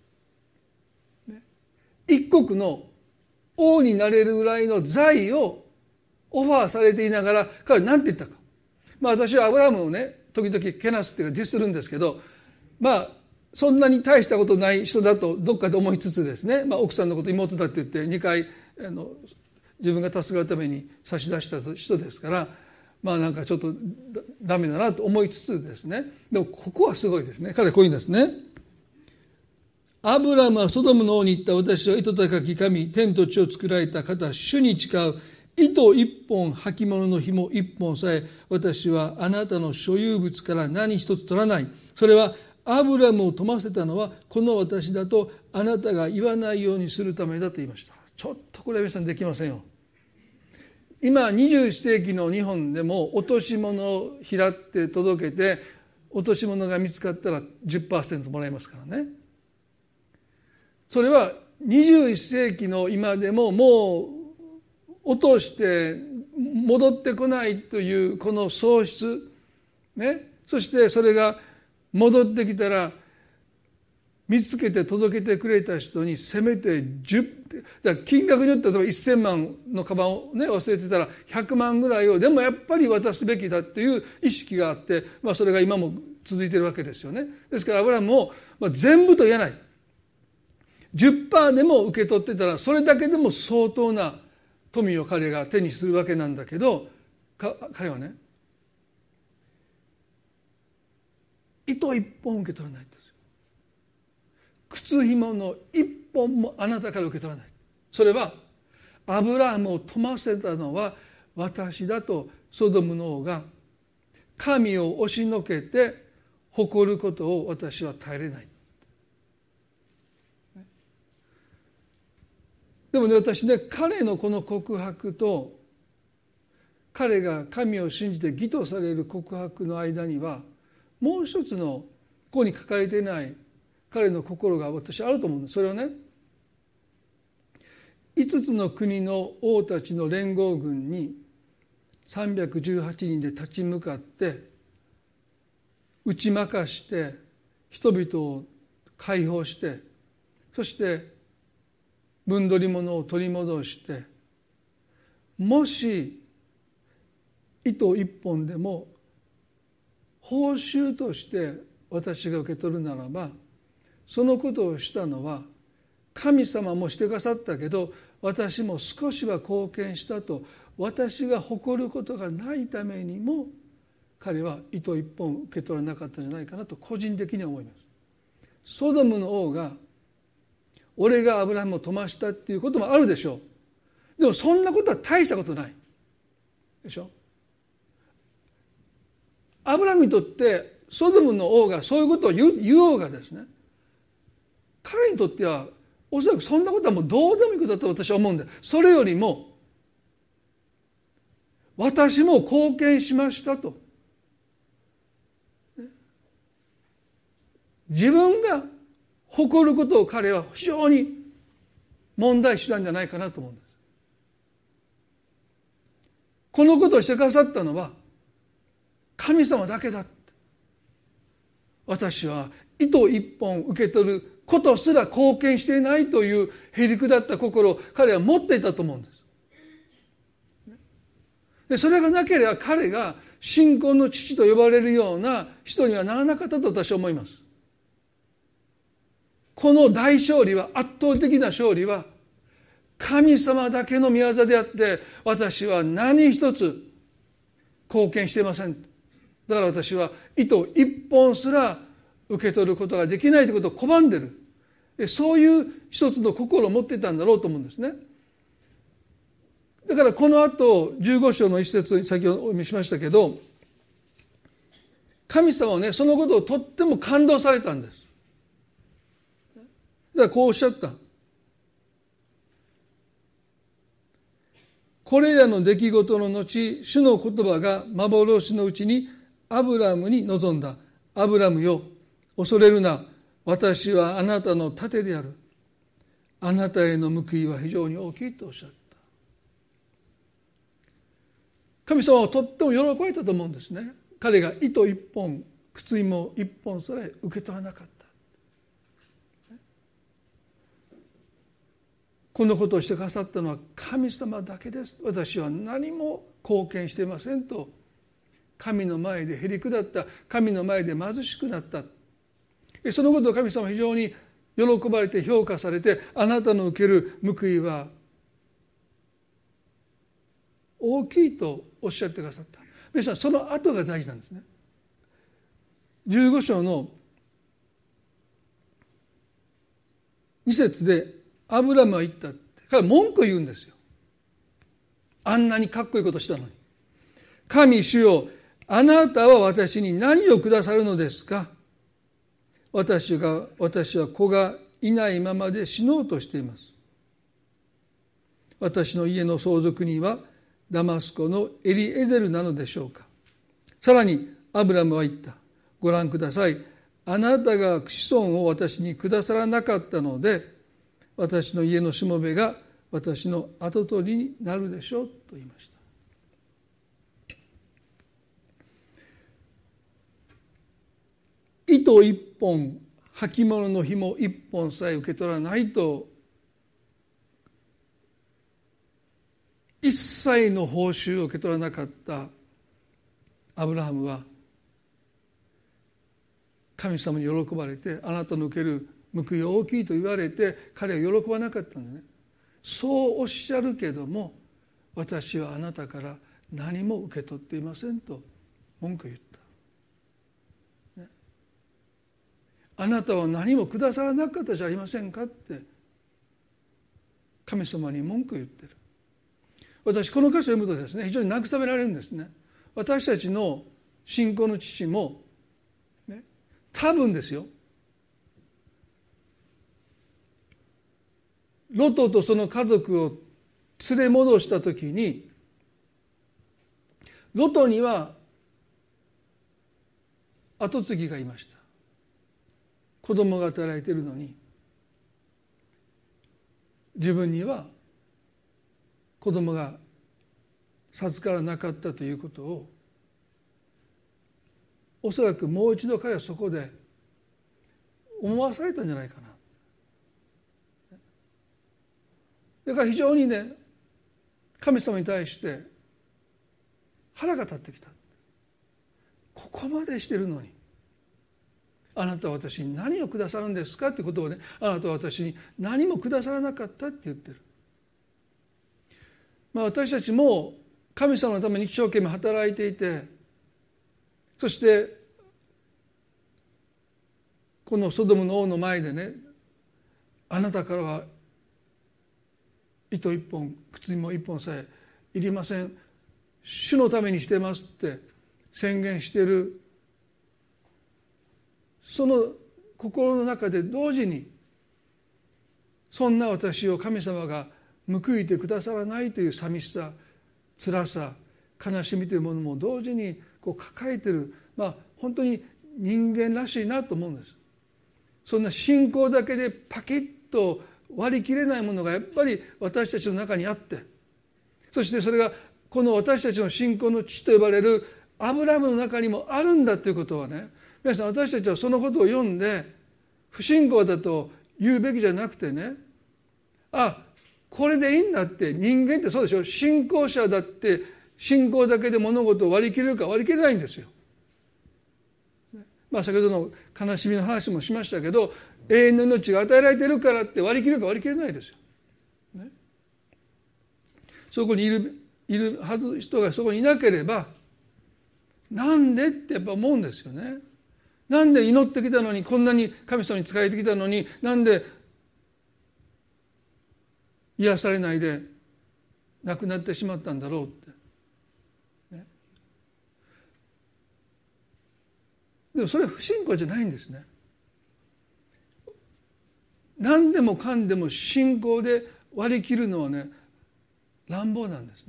一国の王になれるぐらいの財をオファーされていながら、彼は何て言ったか。まあ私はアブラハムをね、時々けなすっていうかディスるんですけど、まあそんなに大したことない人だとどっかで思いつつですね、まあ、奥さんのこと妹だって言ってにかいあの自分が助かるために差し出した人ですから、まあなんかちょっとダメだなと思いつつですね、でもここはすごいですね。彼はこういうんですね。アブラムはソドムの王に言った。私は糸高き神、天と地を作られた方、主に誓う。糸一本、履物の紐一本さえ私はあなたの所有物から何一つ取らない。それはアブラムを富ませたのはこの私だとあなたが言わないようにするためだと言いました。ちょっとこれは皆さんできませんよ。今にじゅういっ世紀の日本でも落とし物を拾って届けて、落とし物が見つかったら じゅっパーセント もらえますからね。それはにじゅういっ世紀の今でももう落として戻ってこないというこの喪失ね、そしてそれが戻ってきたら見つけて届けてくれた人にせめてじゅう、だから金額によっては例えばせんまんのカバンを、ね、忘れてたらひゃくまんぐらいをでもやっぱり渡すべきだという意識があって、まあ、それが今も続いているわけですよね。ですからアブラハムも、まあ、全部と言えない じゅっパーセント でも受け取ってたらそれだけでも相当な富を彼が手にするわけなんだけど、彼はね糸一本受け取らないんですよ。 靴紐の一本もあなたから受け取らない。それはアブラハムを富ませたのは私だとソドムの王が神を押しのけて誇ることを私は耐えれない。でもね、私ね、彼のこの告白と彼が神を信じて義とされる告白の間にはもう一つのここに書かれていない彼の心が私あると思うんです。それはね、五つの国の王たちの連合軍にさんびゃくじゅうはちにんで立ち向かって打ち負かして人々を解放して、そして分取り物を取り戻して、もし糸一本でも報酬として私が受け取るならば、そのことをしたのは神様もしてくださったけど私も少しは貢献したと、私が誇ることがないためにも彼は糸一本受け取らなかったんじゃないかなと個人的には思います。ソドムの王が俺がアブラハムを富ましたっていうこともあるでしょう。でもそんなことは大したことないでしょ。アブラハムにとってソドムの王がそういうことを言う、言おうがですね、彼にとってはおそらくそんなことはもうどうでもいいことだと私は思うんです。それよりも私も貢献しましたと、自分が誇ることを彼は非常に問題視したんじゃないかなと思うんです。このことをしてくださったのは神様だけだって。私は糸一本受け取ることすら貢献していないというへりくだった心を彼は持っていたと思うんです。でそれがなければ彼が信仰の父と呼ばれるような人にはならなかったと私は思います。この大勝利は、圧倒的な勝利は神様だけの御業であって、私は何一つ貢献していません。だから私は糸一本すら受け取ることができないということを拒んでる、そういう一つの心を持っていたんだろうと思うんですね。だからこの後じゅうご章の一節先ほどお見せしましたけど、神様はねそのことをとっても感動されたんです。だからこうおっしゃった。これらの出来事の後、主の言葉が幻のうちにアブラムに臨んだ。アブラムよ、恐れるな。私はあなたの盾である。あなたへの報いは非常に大きいとおっしゃった。神様はとっても喜ばれたと思うんですね。彼が糸一本、靴紐一本さえ受け取らなかった。このことをしてくださったのは神様だけです。私は何も貢献していませんと、神の前でへりくだった、神の前で貧しくなった。そのことを神様は非常に喜ばれて評価されて、あなたの受ける報いは大きいとおっしゃってくださった。皆さん、その後が大事なんですね。じゅうご章のに節でアブラムは言ったって彼は文句を言うんですよ。あんなにかっこいいことしたのに。神主よ、あなたは私に何をくださるのですか。私が私は子がいないままで死のうとしています。私の家の相続人はダマスコのエリエゼルなのでしょうか。さらにアブラムは言った。ご覧ください。あなたが子孫を私にくださらなかったので、私の家のしもべが私の跡取りになるでしょうと言いました。糸一本、履物の紐一本さえ受け取らないと、一切の報酬を受け取らなかったアブラハムは神様に喜ばれて、あなたの受ける報い大きいと言われて彼は喜ばなかったんだね。そうおっしゃるけども私はあなたから何も受け取っていませんと文句を言った、ね、 あなたは何もくださらなかったじゃありませんかって神様に文句を言ってる。私この箇所を読むとですね、非常に慰められるんですね。私たちの信仰の父も、ね、多分ですよ、ロトとその家族を連れ戻したときに、ロトには跡継ぎがいました。子供が働いているのに、自分には子供が授からなかったということを、おそらくもう一度彼はそこで思わされたんじゃないかな。だから非常にね、神様に対して腹が立ってきた。ここまでしてるのに、あなたは私に何をくださるんですかってことをね、あなたは私に何もくださらなかったって言ってる。まあ、私たちも神様のために一生懸命働いていて、そしてこのソドムの王の前でね、あなたからは糸一本、靴も一本さえいりません、主のためにしてますって宣言している、その心の中で同時に、そんな私を神様が報いてくださらないという寂しさ、辛さ、悲しみというものも同時にこう抱えている、まあ本当に人間らしいなと思うんです。そんな信仰だけでパキッと割り切れないものがやっぱり私たちの中にあって、そしてそれがこの私たちの信仰の父と呼ばれるアブラムの中にもあるんだということはね、皆さん、私たちはそのことを読んで不信仰だと言うべきじゃなくてね、あ、これでいいんだって。人間ってそうでしょ、信仰者だって信仰だけで物事を割り切れるか割り切れないんですよ。まあ、先ほどの悲しみの話もしましたけど、永遠の命が与えられているからって割り切るか割り切れないですよ、ね、そこにいる、いるはず人がそこにいなければ、なんでってやっぱ思うんですよね。なんで祈ってきたのに、こんなに神様に仕えてきたのに、なんで癒されないで亡くなってしまったんだろうって、ね、でもそれは不信仰じゃないんですね。何でもかんでも信仰で割り切るのはね、乱暴なんですね。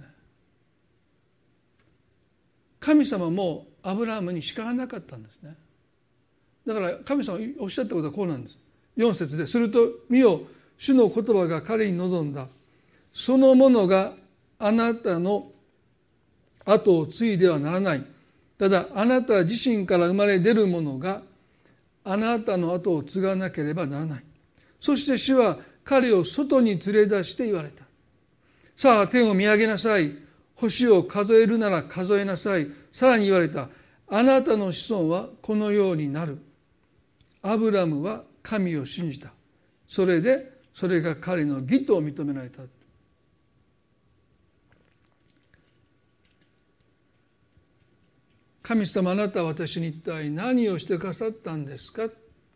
神様もアブラハムに叱らなかったんですね。だから神様おっしゃったことはこうなんです。よん節で、すると見よ、主の言葉が彼に望んだ。そのものがあなたの後を継いではならない。ただあなた自身から生まれ出るものがあなたの後を継がなければならない。そして主は彼を外に連れ出して言われた。さあ天を見上げなさい。星を数えるなら数えなさい。さらに言われた。あなたの子孫はこのようになる。アブラムは神を信じた。それでそれが彼の義と認められた。神様、あなたは私に一体何をしてくださったんですか。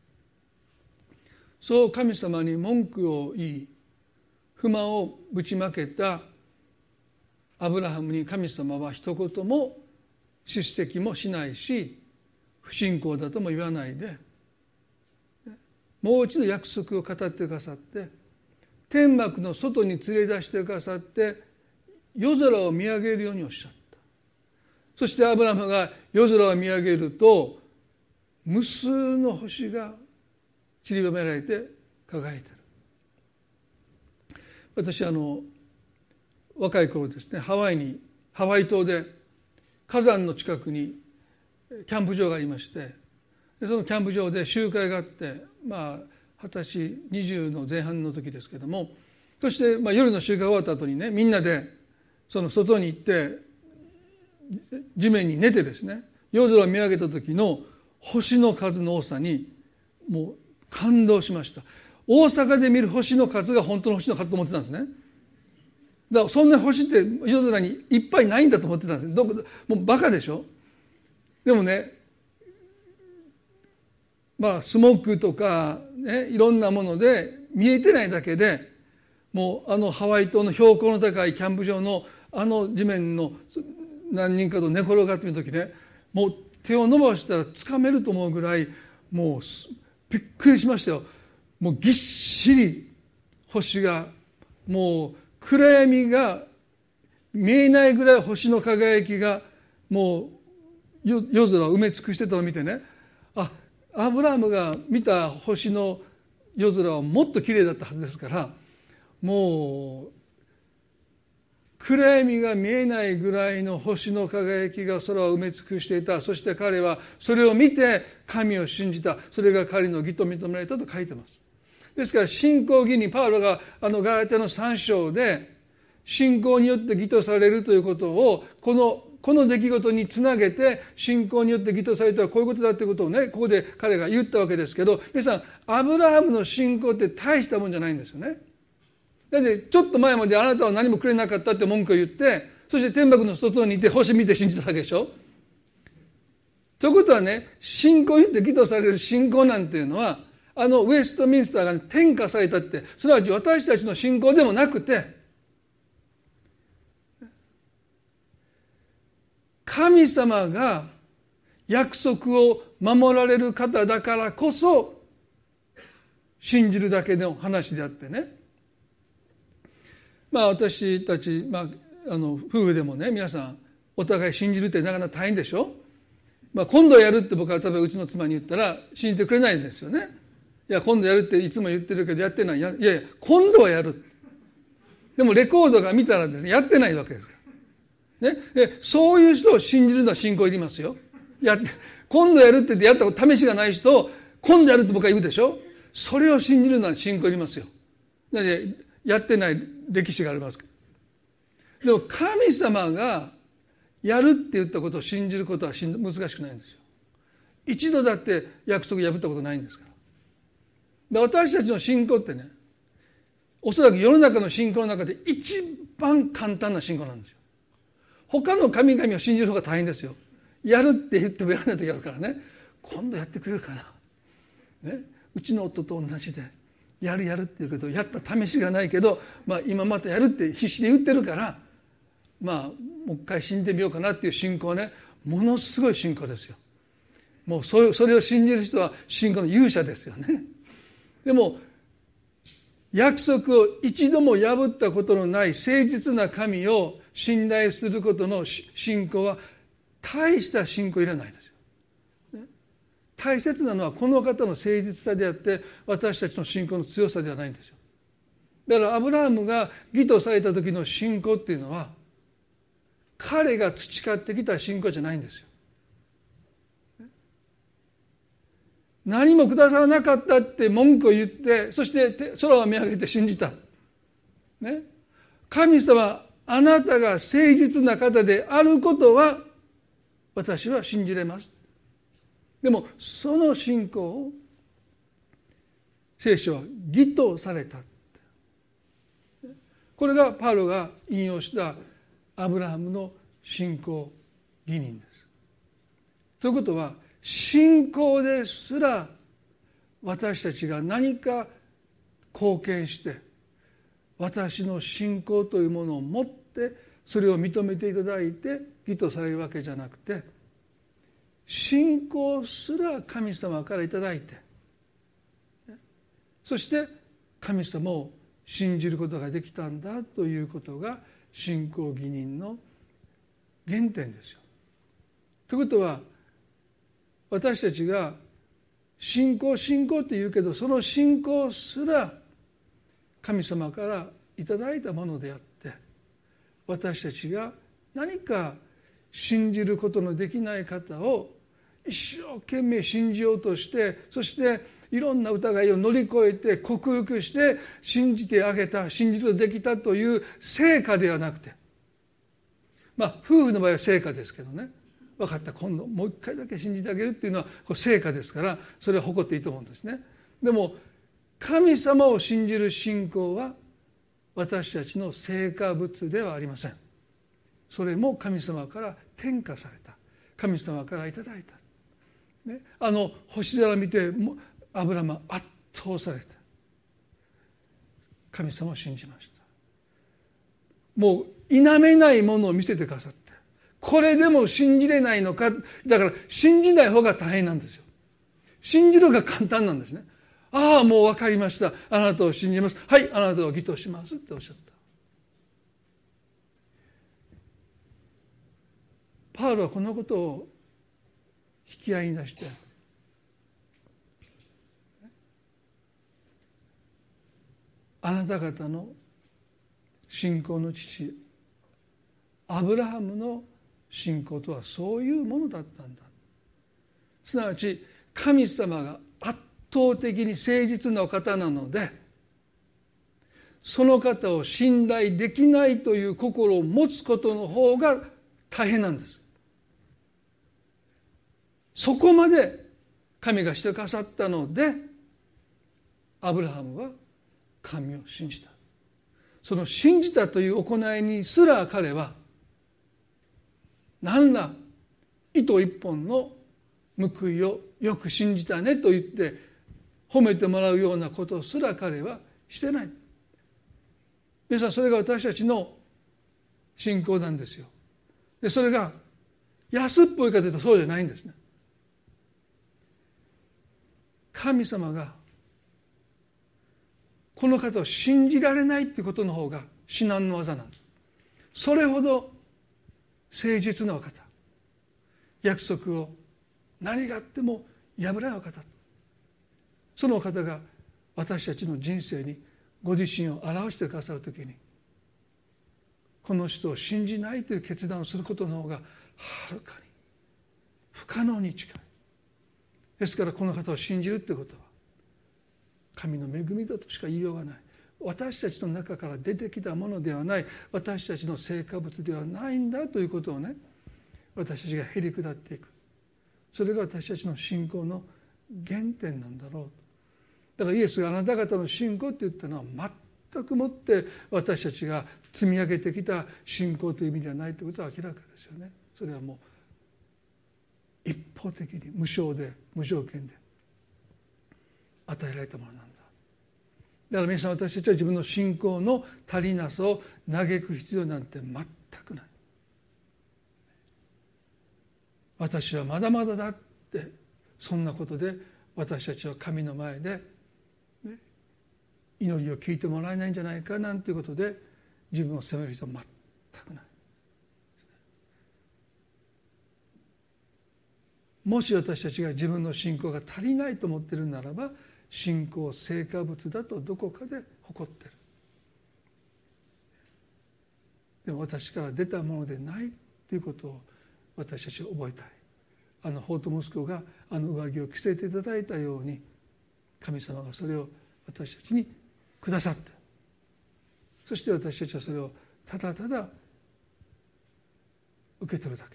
そう神様に文句を言い、不満をぶちまけたアブラハムに神様は一言も叱責もしないし、不信仰だとも言わないで、もう一度約束を語ってくださって、天幕の外に連れ出してくださって、夜空を見上げるようにおっしゃった。そしてアブラハムが夜空を見上げると、無数の星が散りばめられて輝いている。私あの若い頃ですね、ハワイにハワイ島で火山の近くにキャンプ場がありまして、そのキャンプ場で集会があって、まあ二十歳二十の前半の時ですけども、そしてまあ夜の集会が終わった後にね、みんなでその外に行って地面に寝てですね、夜空を見上げた時の星の数の多さにもう感動しました。大阪で見る星の数が本当の星の数と思ってたんですね。だからそんな星って夜空にいっぱいないんだと思ってたんですね。どこもうバカでしょ。でもね、 まあスモークとか、ね、いろんなもので見えてないだけで、もうあのハワイ島の標高の高いキャンプ場のあの地面の何人かと寝転がってみるときね、もう手を伸ばしたらつかめると思うぐらい、もうびっくりしましたよ。もうぎっしり星が、もう暗闇が見えないぐらい星の輝きがもう夜空を埋め尽くしてたのを見てね、あ、アブラハムが見た星の夜空はもっと綺麗だったはずですから、もう暗闇が見えないぐらいの星の輝きが空を埋め尽くしていた。そして彼はそれを見て神を信じた。それが彼の義と認められたと書いてます。ですから信仰義に、パウロがあのガラテヤのさん章で信仰によって義とされるということを、このこの出来事につなげて、信仰によって義とされたらこういうことだということをね、ここで彼が言ったわけですけど、皆さん、アブラハムの信仰って大したもんじゃないんですよね。だってちょっと前まであなたは何もくれなかったって文句を言って、そして天幕の外にいて星見て信じただけでしょ。ということはね、信仰によって義とされる信仰なんていうのは、あのウェストミンスターが、ね、転化されたって、すなわち私たちの信仰でもなくて、神様が約束を守られる方だからこそ信じるだけの話であってね。まあ私たち、まあ、あの夫婦でもね、皆さんお互い信じるってなかなか大変でしょ。まあ、今度やるって僕は例えばうちの妻に言ったら信じてくれないんですよね。いや今度やるっていつも言ってるけどやってない。いやいや今度はやる。でもレコードが見たらですね、やってないわけですから。ね、でそういう人を信じるのは信仰いりますよ。やって今度やるって言ってやったこと試しがない人を今度やるって僕は言うでしょ。それを信じるのは信仰いりますよ。なのでやってない歴史がありますけど、でも神様がやるって言ったことを信じることは難しくないんですよ。一度だって約束破ったことないんですから。で私たちの信仰ってね、おそらく世の中の信仰の中で一番簡単な信仰なんですよ。他の神々を信じる方が大変ですよ。やるって言ってもやらない時あるからね、今度やってくれるかな、ね、うちの夫と同じでやるやるって言うけど、やった試しがないけど、まあ、今またやるって必死で言ってるから、まあもう一回信じてみようかなっていう信仰ね、ものすごい信仰ですよ。もうそれ、それを信じる人は信仰の勇者ですよね。でも約束を一度も破ったことのない誠実な神を信頼することの信仰は大した信仰いらないですよ、ね、大切なのはこの方の誠実さであって、私たちの信仰の強さではないんですよ。だからアブラハムが義とされた時の信仰っていうのは、彼が培ってきた信仰じゃないんですよ。何もくださらなかったって文句を言って、そして空を見上げて信じた、ね、神様あなたが誠実な方であることは私は信じれます。でもその信仰を聖書は義とされた。これがパウロが引用したアブラハムの信仰義人です。ということは、信仰ですら私たちが何か貢献して私の信仰というものを持ってそれを認めていただいて義とされるわけじゃなくて、信仰すら神様からいただいて、そして神様を信じることができたんだということが信仰義人の原点ですよ。ということは、私たちが信仰信仰って言うけど、その信仰すら神様からいただいたものであって、私たちが何か信じることのできない方を一生懸命信じようとして、そしていろんな疑いを乗り越えて克服して信じてあげた、信じることができたという成果ではなくて、まあ夫婦の場合は成果ですけどね、分かった、今度もう一回だけ信じてあげるっていうのは成果ですから、それは誇っていいと思うんですね。でも神様を信じる信仰は私たちの成果物ではありません。それも神様から転化された、神様からいただいた。 ね、あの星空を見てアブラムは圧倒された。神様を信じました。もう否めないものを見せてくださって、これでも信じれないのか。だから信じない方が大変なんですよ。信じるが簡単なんですね。ああ、もう分かりました、あなたを信じます、はい、あなたを義としますっておっしゃった。パウロはこのことを引き合いに出して、あなた方の信仰の父アブラハムの信仰とはそういうものだったんだ。すなわち神様が圧倒的に誠実なお方なので、その方を信頼できないという心を持つことの方が大変なんです。そこまで神がしてくださったので、アブラハムは神を信じた。その信じたという行いにすら彼は何ら糸一本の報いをよく信じたねと言って褒めてもらうようなことすら彼はしてない。皆さん、それが私たちの信仰なんですよ。でそれが安っぽいかというとそうじゃないんですね。神様がこの方を信じられないということの方が至難の技なんです。それほど誠実なお方、約束を何があっても破らないお方、そのお方が私たちの人生にご自身を表してくださるときに、この人を信じないという決断をすることの方がはるかに不可能に近い。ですからこの方を信じるということは神の恵みだとしか言いようがない。私たちの中から出てきたものではない、私たちの成果物ではないんだということをね、私たちがへり下っていく。それが私たちの信仰の原点なんだろうと。だからイエスがあなた方の信仰って言ったのは全くもって私たちが積み上げてきた信仰という意味ではないということは明らかですよね。それはもう一方的に無償で無条件で与えられたものなんだ。だから皆さん、私たちは自分の信仰の足りなさを嘆く必要なんて全くない。私はまだまだだって、そんなことで私たちは神の前で、ね、祈りを聞いてもらえないんじゃないかなんていうことで自分を責める人は全くない。もし私たちが自分の信仰が足りないと思っているならば、信仰成果物だとどこかで誇っている。でも私から出たものでないということを私たちは覚えたい。あの法と息子があの上着を着せていただいたように、神様がそれを私たちにくださって、そして私たちはそれをただただ受け取るだけ。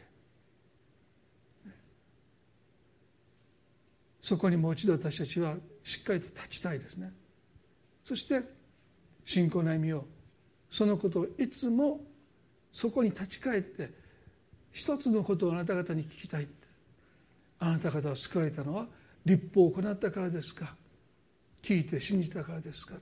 そこにもう一度私たちはしっかりと立ちたいですね。そして信仰の歩みを、そのことをいつもそこに立ち返って、一つのことをあなた方に聞きたいって。あなた方を救われたのは律法を行ったからですか、聞いて信じたからですか。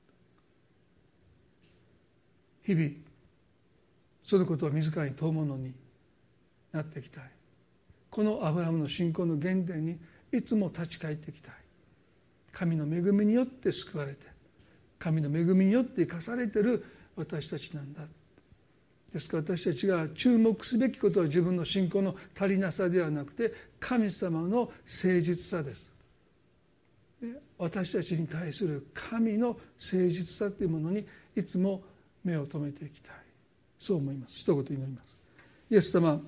日々そのことを自らに問うものになっていきたい。このアブラハムの信仰の原点にいつも立ち返っていきたい。神の恵みによって救われて、神の恵みによって生かされている私たちなんだ。ですから私たちが注目すべきことは自分の信仰の足りなさではなくて、神様の誠実さです。私たちに対する神の誠実さというものにいつも目を留めていきたい。そう思います。一言祈ります。イエス様、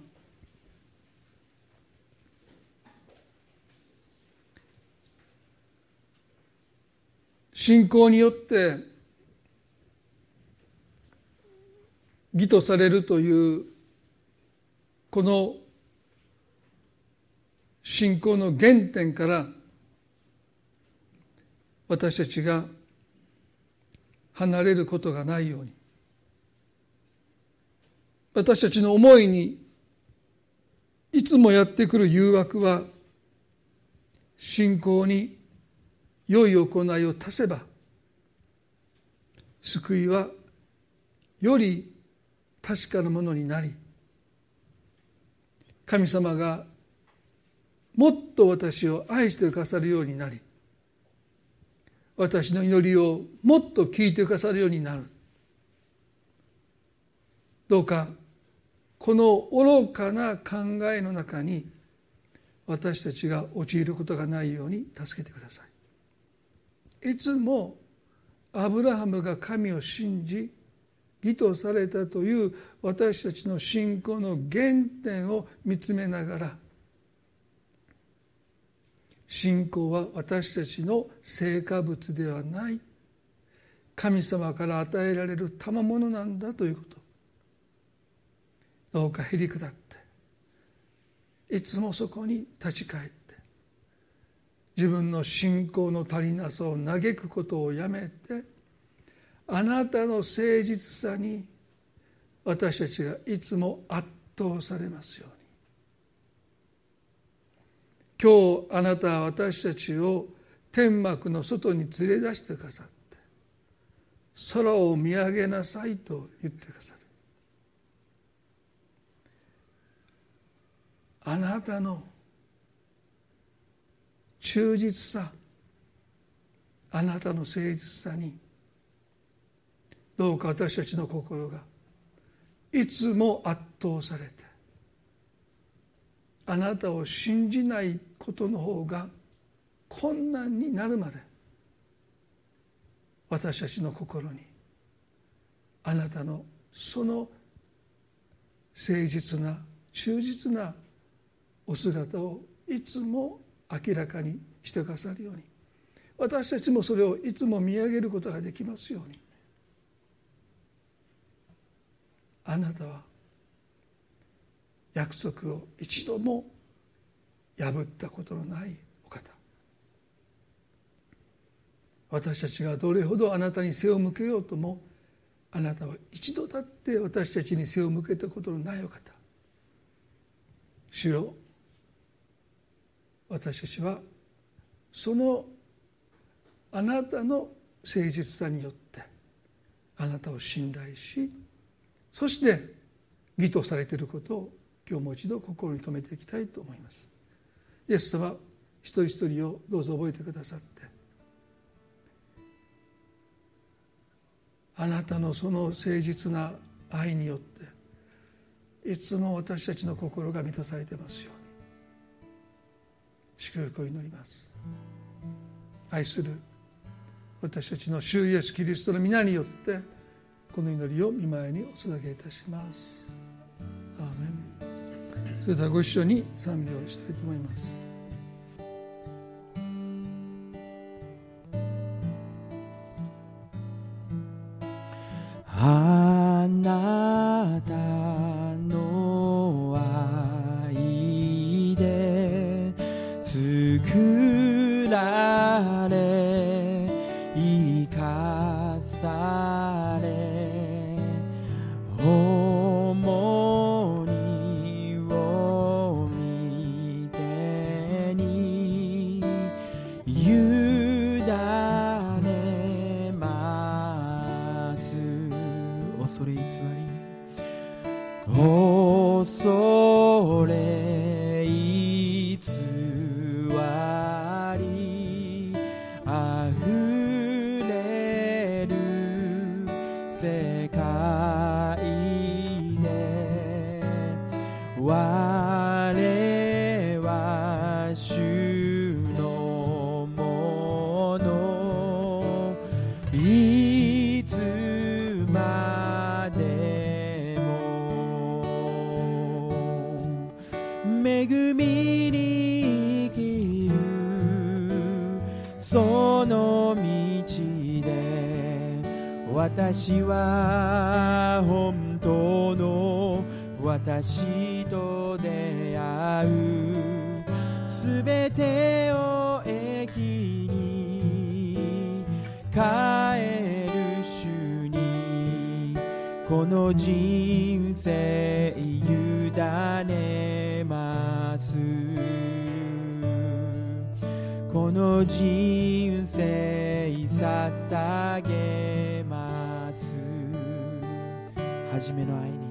信仰によって義とされるというこの信仰の原点から私たちが離れることがないように、私たちの思いにいつもやってくる誘惑は信仰に良い行いを足せば、救いはより確かなものになり、神様がもっと私を愛してくださるようになり、私の祈りをもっと聞いてくださるようになる。どうかこの愚かな考えの中に私たちが陥ることがないように助けてください。いつもアブラハムが神を信じ義とされたという私たちの信仰の原点を見つめながら、信仰は私たちの成果物ではない、神様から与えられる賜物なんだということ、どうかへり下っていつもそこに立ち返って、自分の信仰の足りなさを嘆くことをやめて、あなたの誠実さに私たちがいつも圧倒されますように。今日あなたは私たちを天幕の外に連れ出してくださって、空を見上げなさいと言ってくださる。あなたの忠実さ、あなたの誠実さにどうか私たちの心がいつも圧倒されて、あなたを信じないことの方が困難になるまで、私たちの心にあなたのその誠実な忠実なお姿をいつも明らかにしてくださるように、私たちもそれをいつも見上げることができますように。あなたは約束を一度も破ったことのないお方。私たちがどれほどあなたに背を向けようとも、あなたは一度だって私たちに背を向けたことのないお方。主よ、私たちはそのあなたの誠実さによってあなたを信頼し、そして義とされていることを今日もう一度心に留めていきたいと思います。イエス様一人一人をどうぞ覚えてくださって、あなたのその誠実な愛によっていつも私たちの心が満たされていますように祝福を祈ります。愛する私たちの主イエスキリストの皆によってこの祈りを御前にお捧げいたします。アーメン。それではご一緒に賛美をしたいと思います。 あなたの愛で作られ生かされ重荷を御手に委ねます恐れ偽り恐れ偽りあふれる世界で我は主のものいつまでも恵みに生きるその道で私は本当の私と出会うすべてを益に帰る主にこの人生委ねますこの人生捧げます。初めの愛に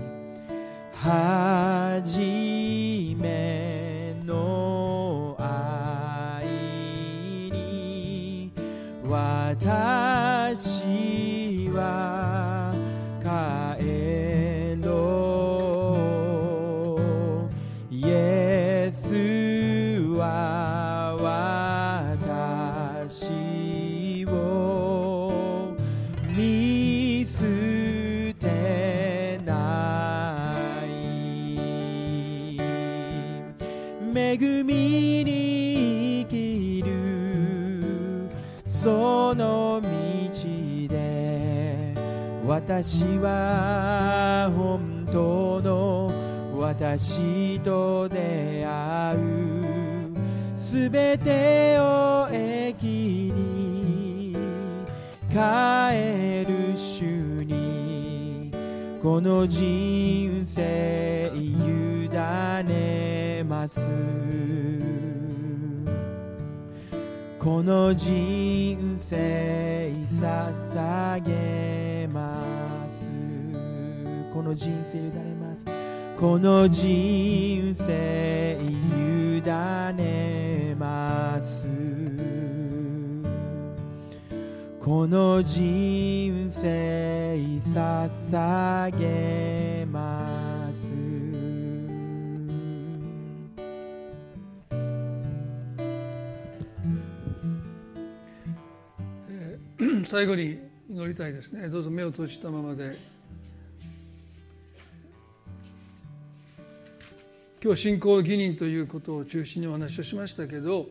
初めの愛に私は帰ろう。イエスは私を見捨てない。恵みに生きるその道で、私は本当の私と出会う。すべてを駅に帰る主に、この人生委ねます。この人生捧げます。この人生委ねます。この人生委ねます。この人生捧げます。 最後に祈りたいですね。どうぞ目を閉じたままで。今日信仰義人ということを中心にお話をしましたけど、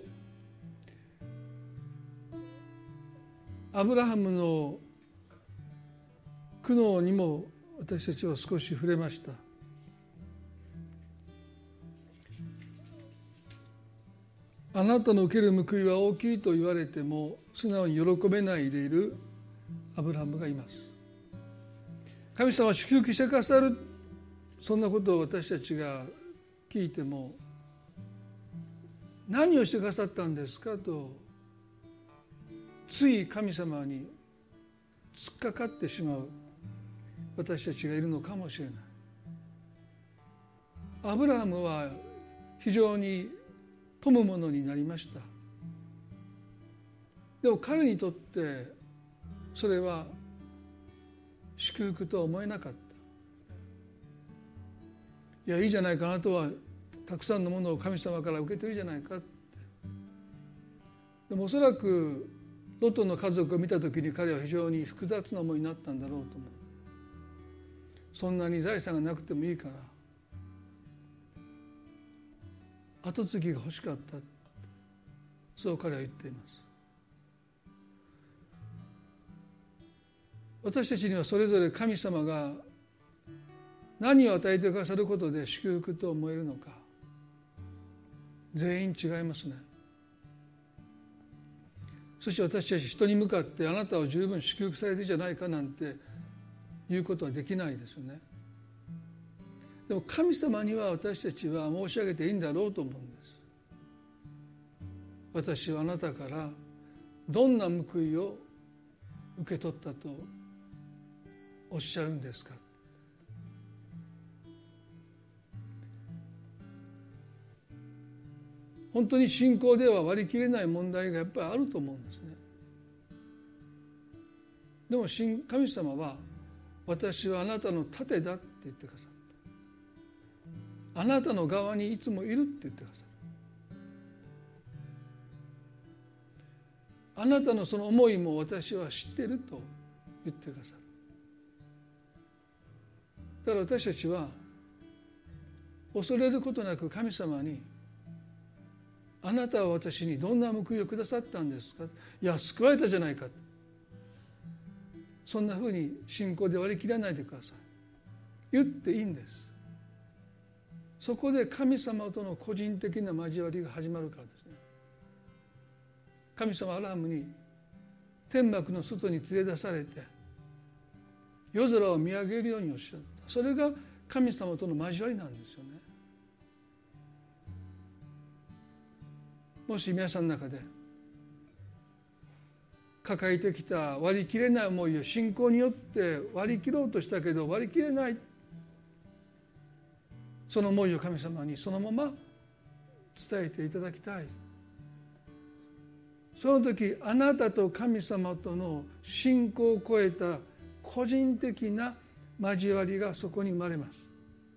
アブラハムの苦悩にも私たちは少し触れました。あなたの受ける報いは大きいと言われても素直に喜べないでいるアブラハムがいます。神様は祝福してくださる、そんなことを私たちが聞いても、何をしてくださったんですかとつい神様に突っかかってしまう私たちがいるのかもしれない。アブラハムは非常に富むものになりました。でも彼にとってそれは祝福とは思えなかった。いや、いいじゃないか、あなたはたくさんのものを神様から受けてるじゃないかって。でもおそらくロトの家族を見た時に彼は非常に複雑な思いになったんだろうと思う。そんなに財産がなくてもいいから後継ぎが欲しかった、そう彼は言っています。私たちにはそれぞれ神様が何を与えてくださることで祝福と思えるのか、全員違いますね。そして私たち人に向かってあなたは十分祝福されてるじゃないかなんて言うことはできないですよね。でも神様には私たちは申し上げていいんだろうと思うんです。私はあなたからどんな報いを受け取ったとおっしゃるんですか。本当に信仰では割り切れない問題がやっぱりあると思うんですね。でも神様は私はあなたの盾だって言ってくださった。あなたの側にいつもいるって言ってくださる。あなたのその思いも私は知っていると言ってくださる。だから私たちは恐れることなく神様に、あなたは私にどんな報いをくださったんですか、いや救われたじゃないか、そんなふうに信仰で割り切らないでください、言っていいんです。そこで神様との個人的な交わりが始まるからですね。神様はアブラハムに天幕の外に連れ出されて夜空を見上げるようにおっしゃった。それが神様との交わりなんですよね。もし皆さんの中で抱えてきた割り切れない思いを信仰によって割り切ろうとしたけど割り切れない、その思いを神様にそのまま伝えていただきたい。その時あなたと神様との信仰を超えた個人的な交わりがそこに生まれます。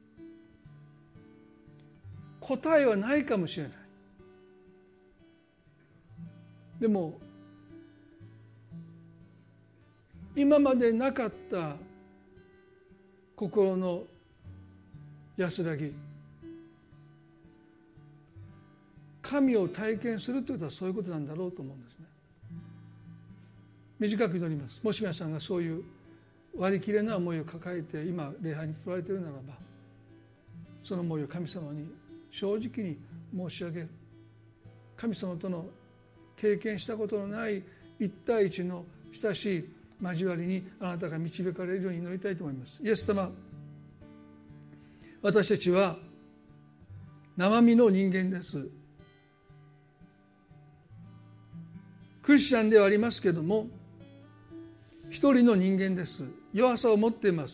答えはないかもしれない。でも今までなかった心の安らぎ、神を体験するということはそういうことなんだろうと思うんですね。短く祈ります。もし皆さんがそういう割り切れない思いを抱えて今礼拝に来られているならば、その思いを神様に正直に申し上げる。神様との経験したことのない一対一の親しい交わりにあなたが導かれるように祈りたいと思います。イエス様、私たちは生身の人間です。クリスチャンではありますけれども一人の人間です。弱さを持っています。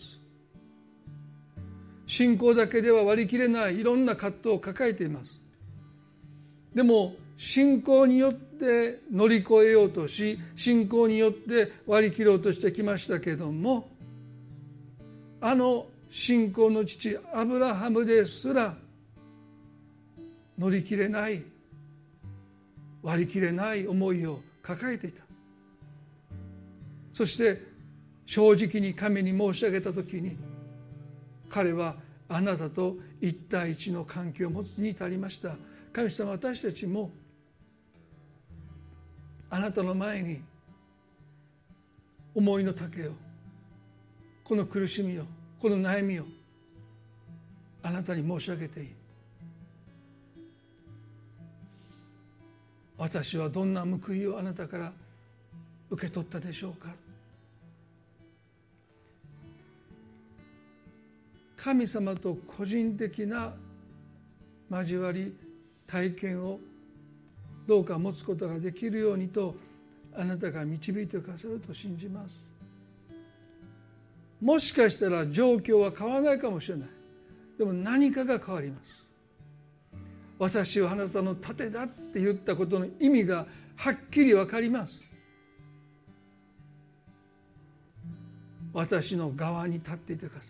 信仰だけでは割り切れないいろんな葛藤を抱えています。でも信仰によって乗り越えようとし、信仰によって割り切ろうとしてきましたけれども、あの信仰の父アブラハムですら乗り切れない、割り切れない思いを抱えていた。そして正直に神に申し上げたときに、彼はあなたと一対一の関係を持つに至りました。神様、私たちもあなたの前に思いの丈を、この苦しみを、この悩みをあなたに申し上げていい。私はどんな報いをあなたから受け取ったでしょうか。神様と個人的な交わり、体験をどうか持つことができるようにとあなたが導いてくださると信じます。もしかしたら状況は変わらないかもしれない。でも何かが変わります。私はあなたの盾だって言ったことの意味がはっきり分かります。私の側に立っていてくださ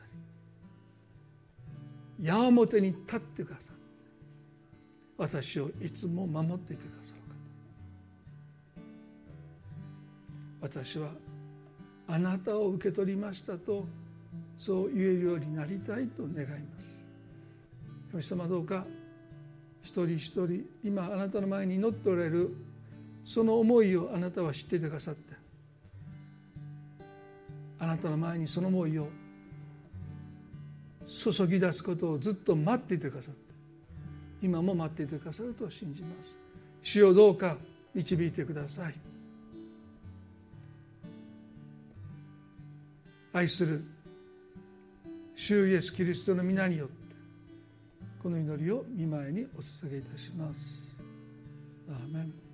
り、矢面に立ってくださって、私をいつも守っていてくださる方、私はあなたを受け取りましたとそう言えるようになりたいと願います。神様、どうか一人一人今あなたの前に祈っておられるその思いをあなたは知っていてくださって、あなたの前にその思いを注ぎ出すことをずっと待っていてくださって、今も待っていてくださると信じます。主よ、どうか導いてください。愛する主イエスキリストの皆によってこの祈りを御前にお捧げいたします。アーメン。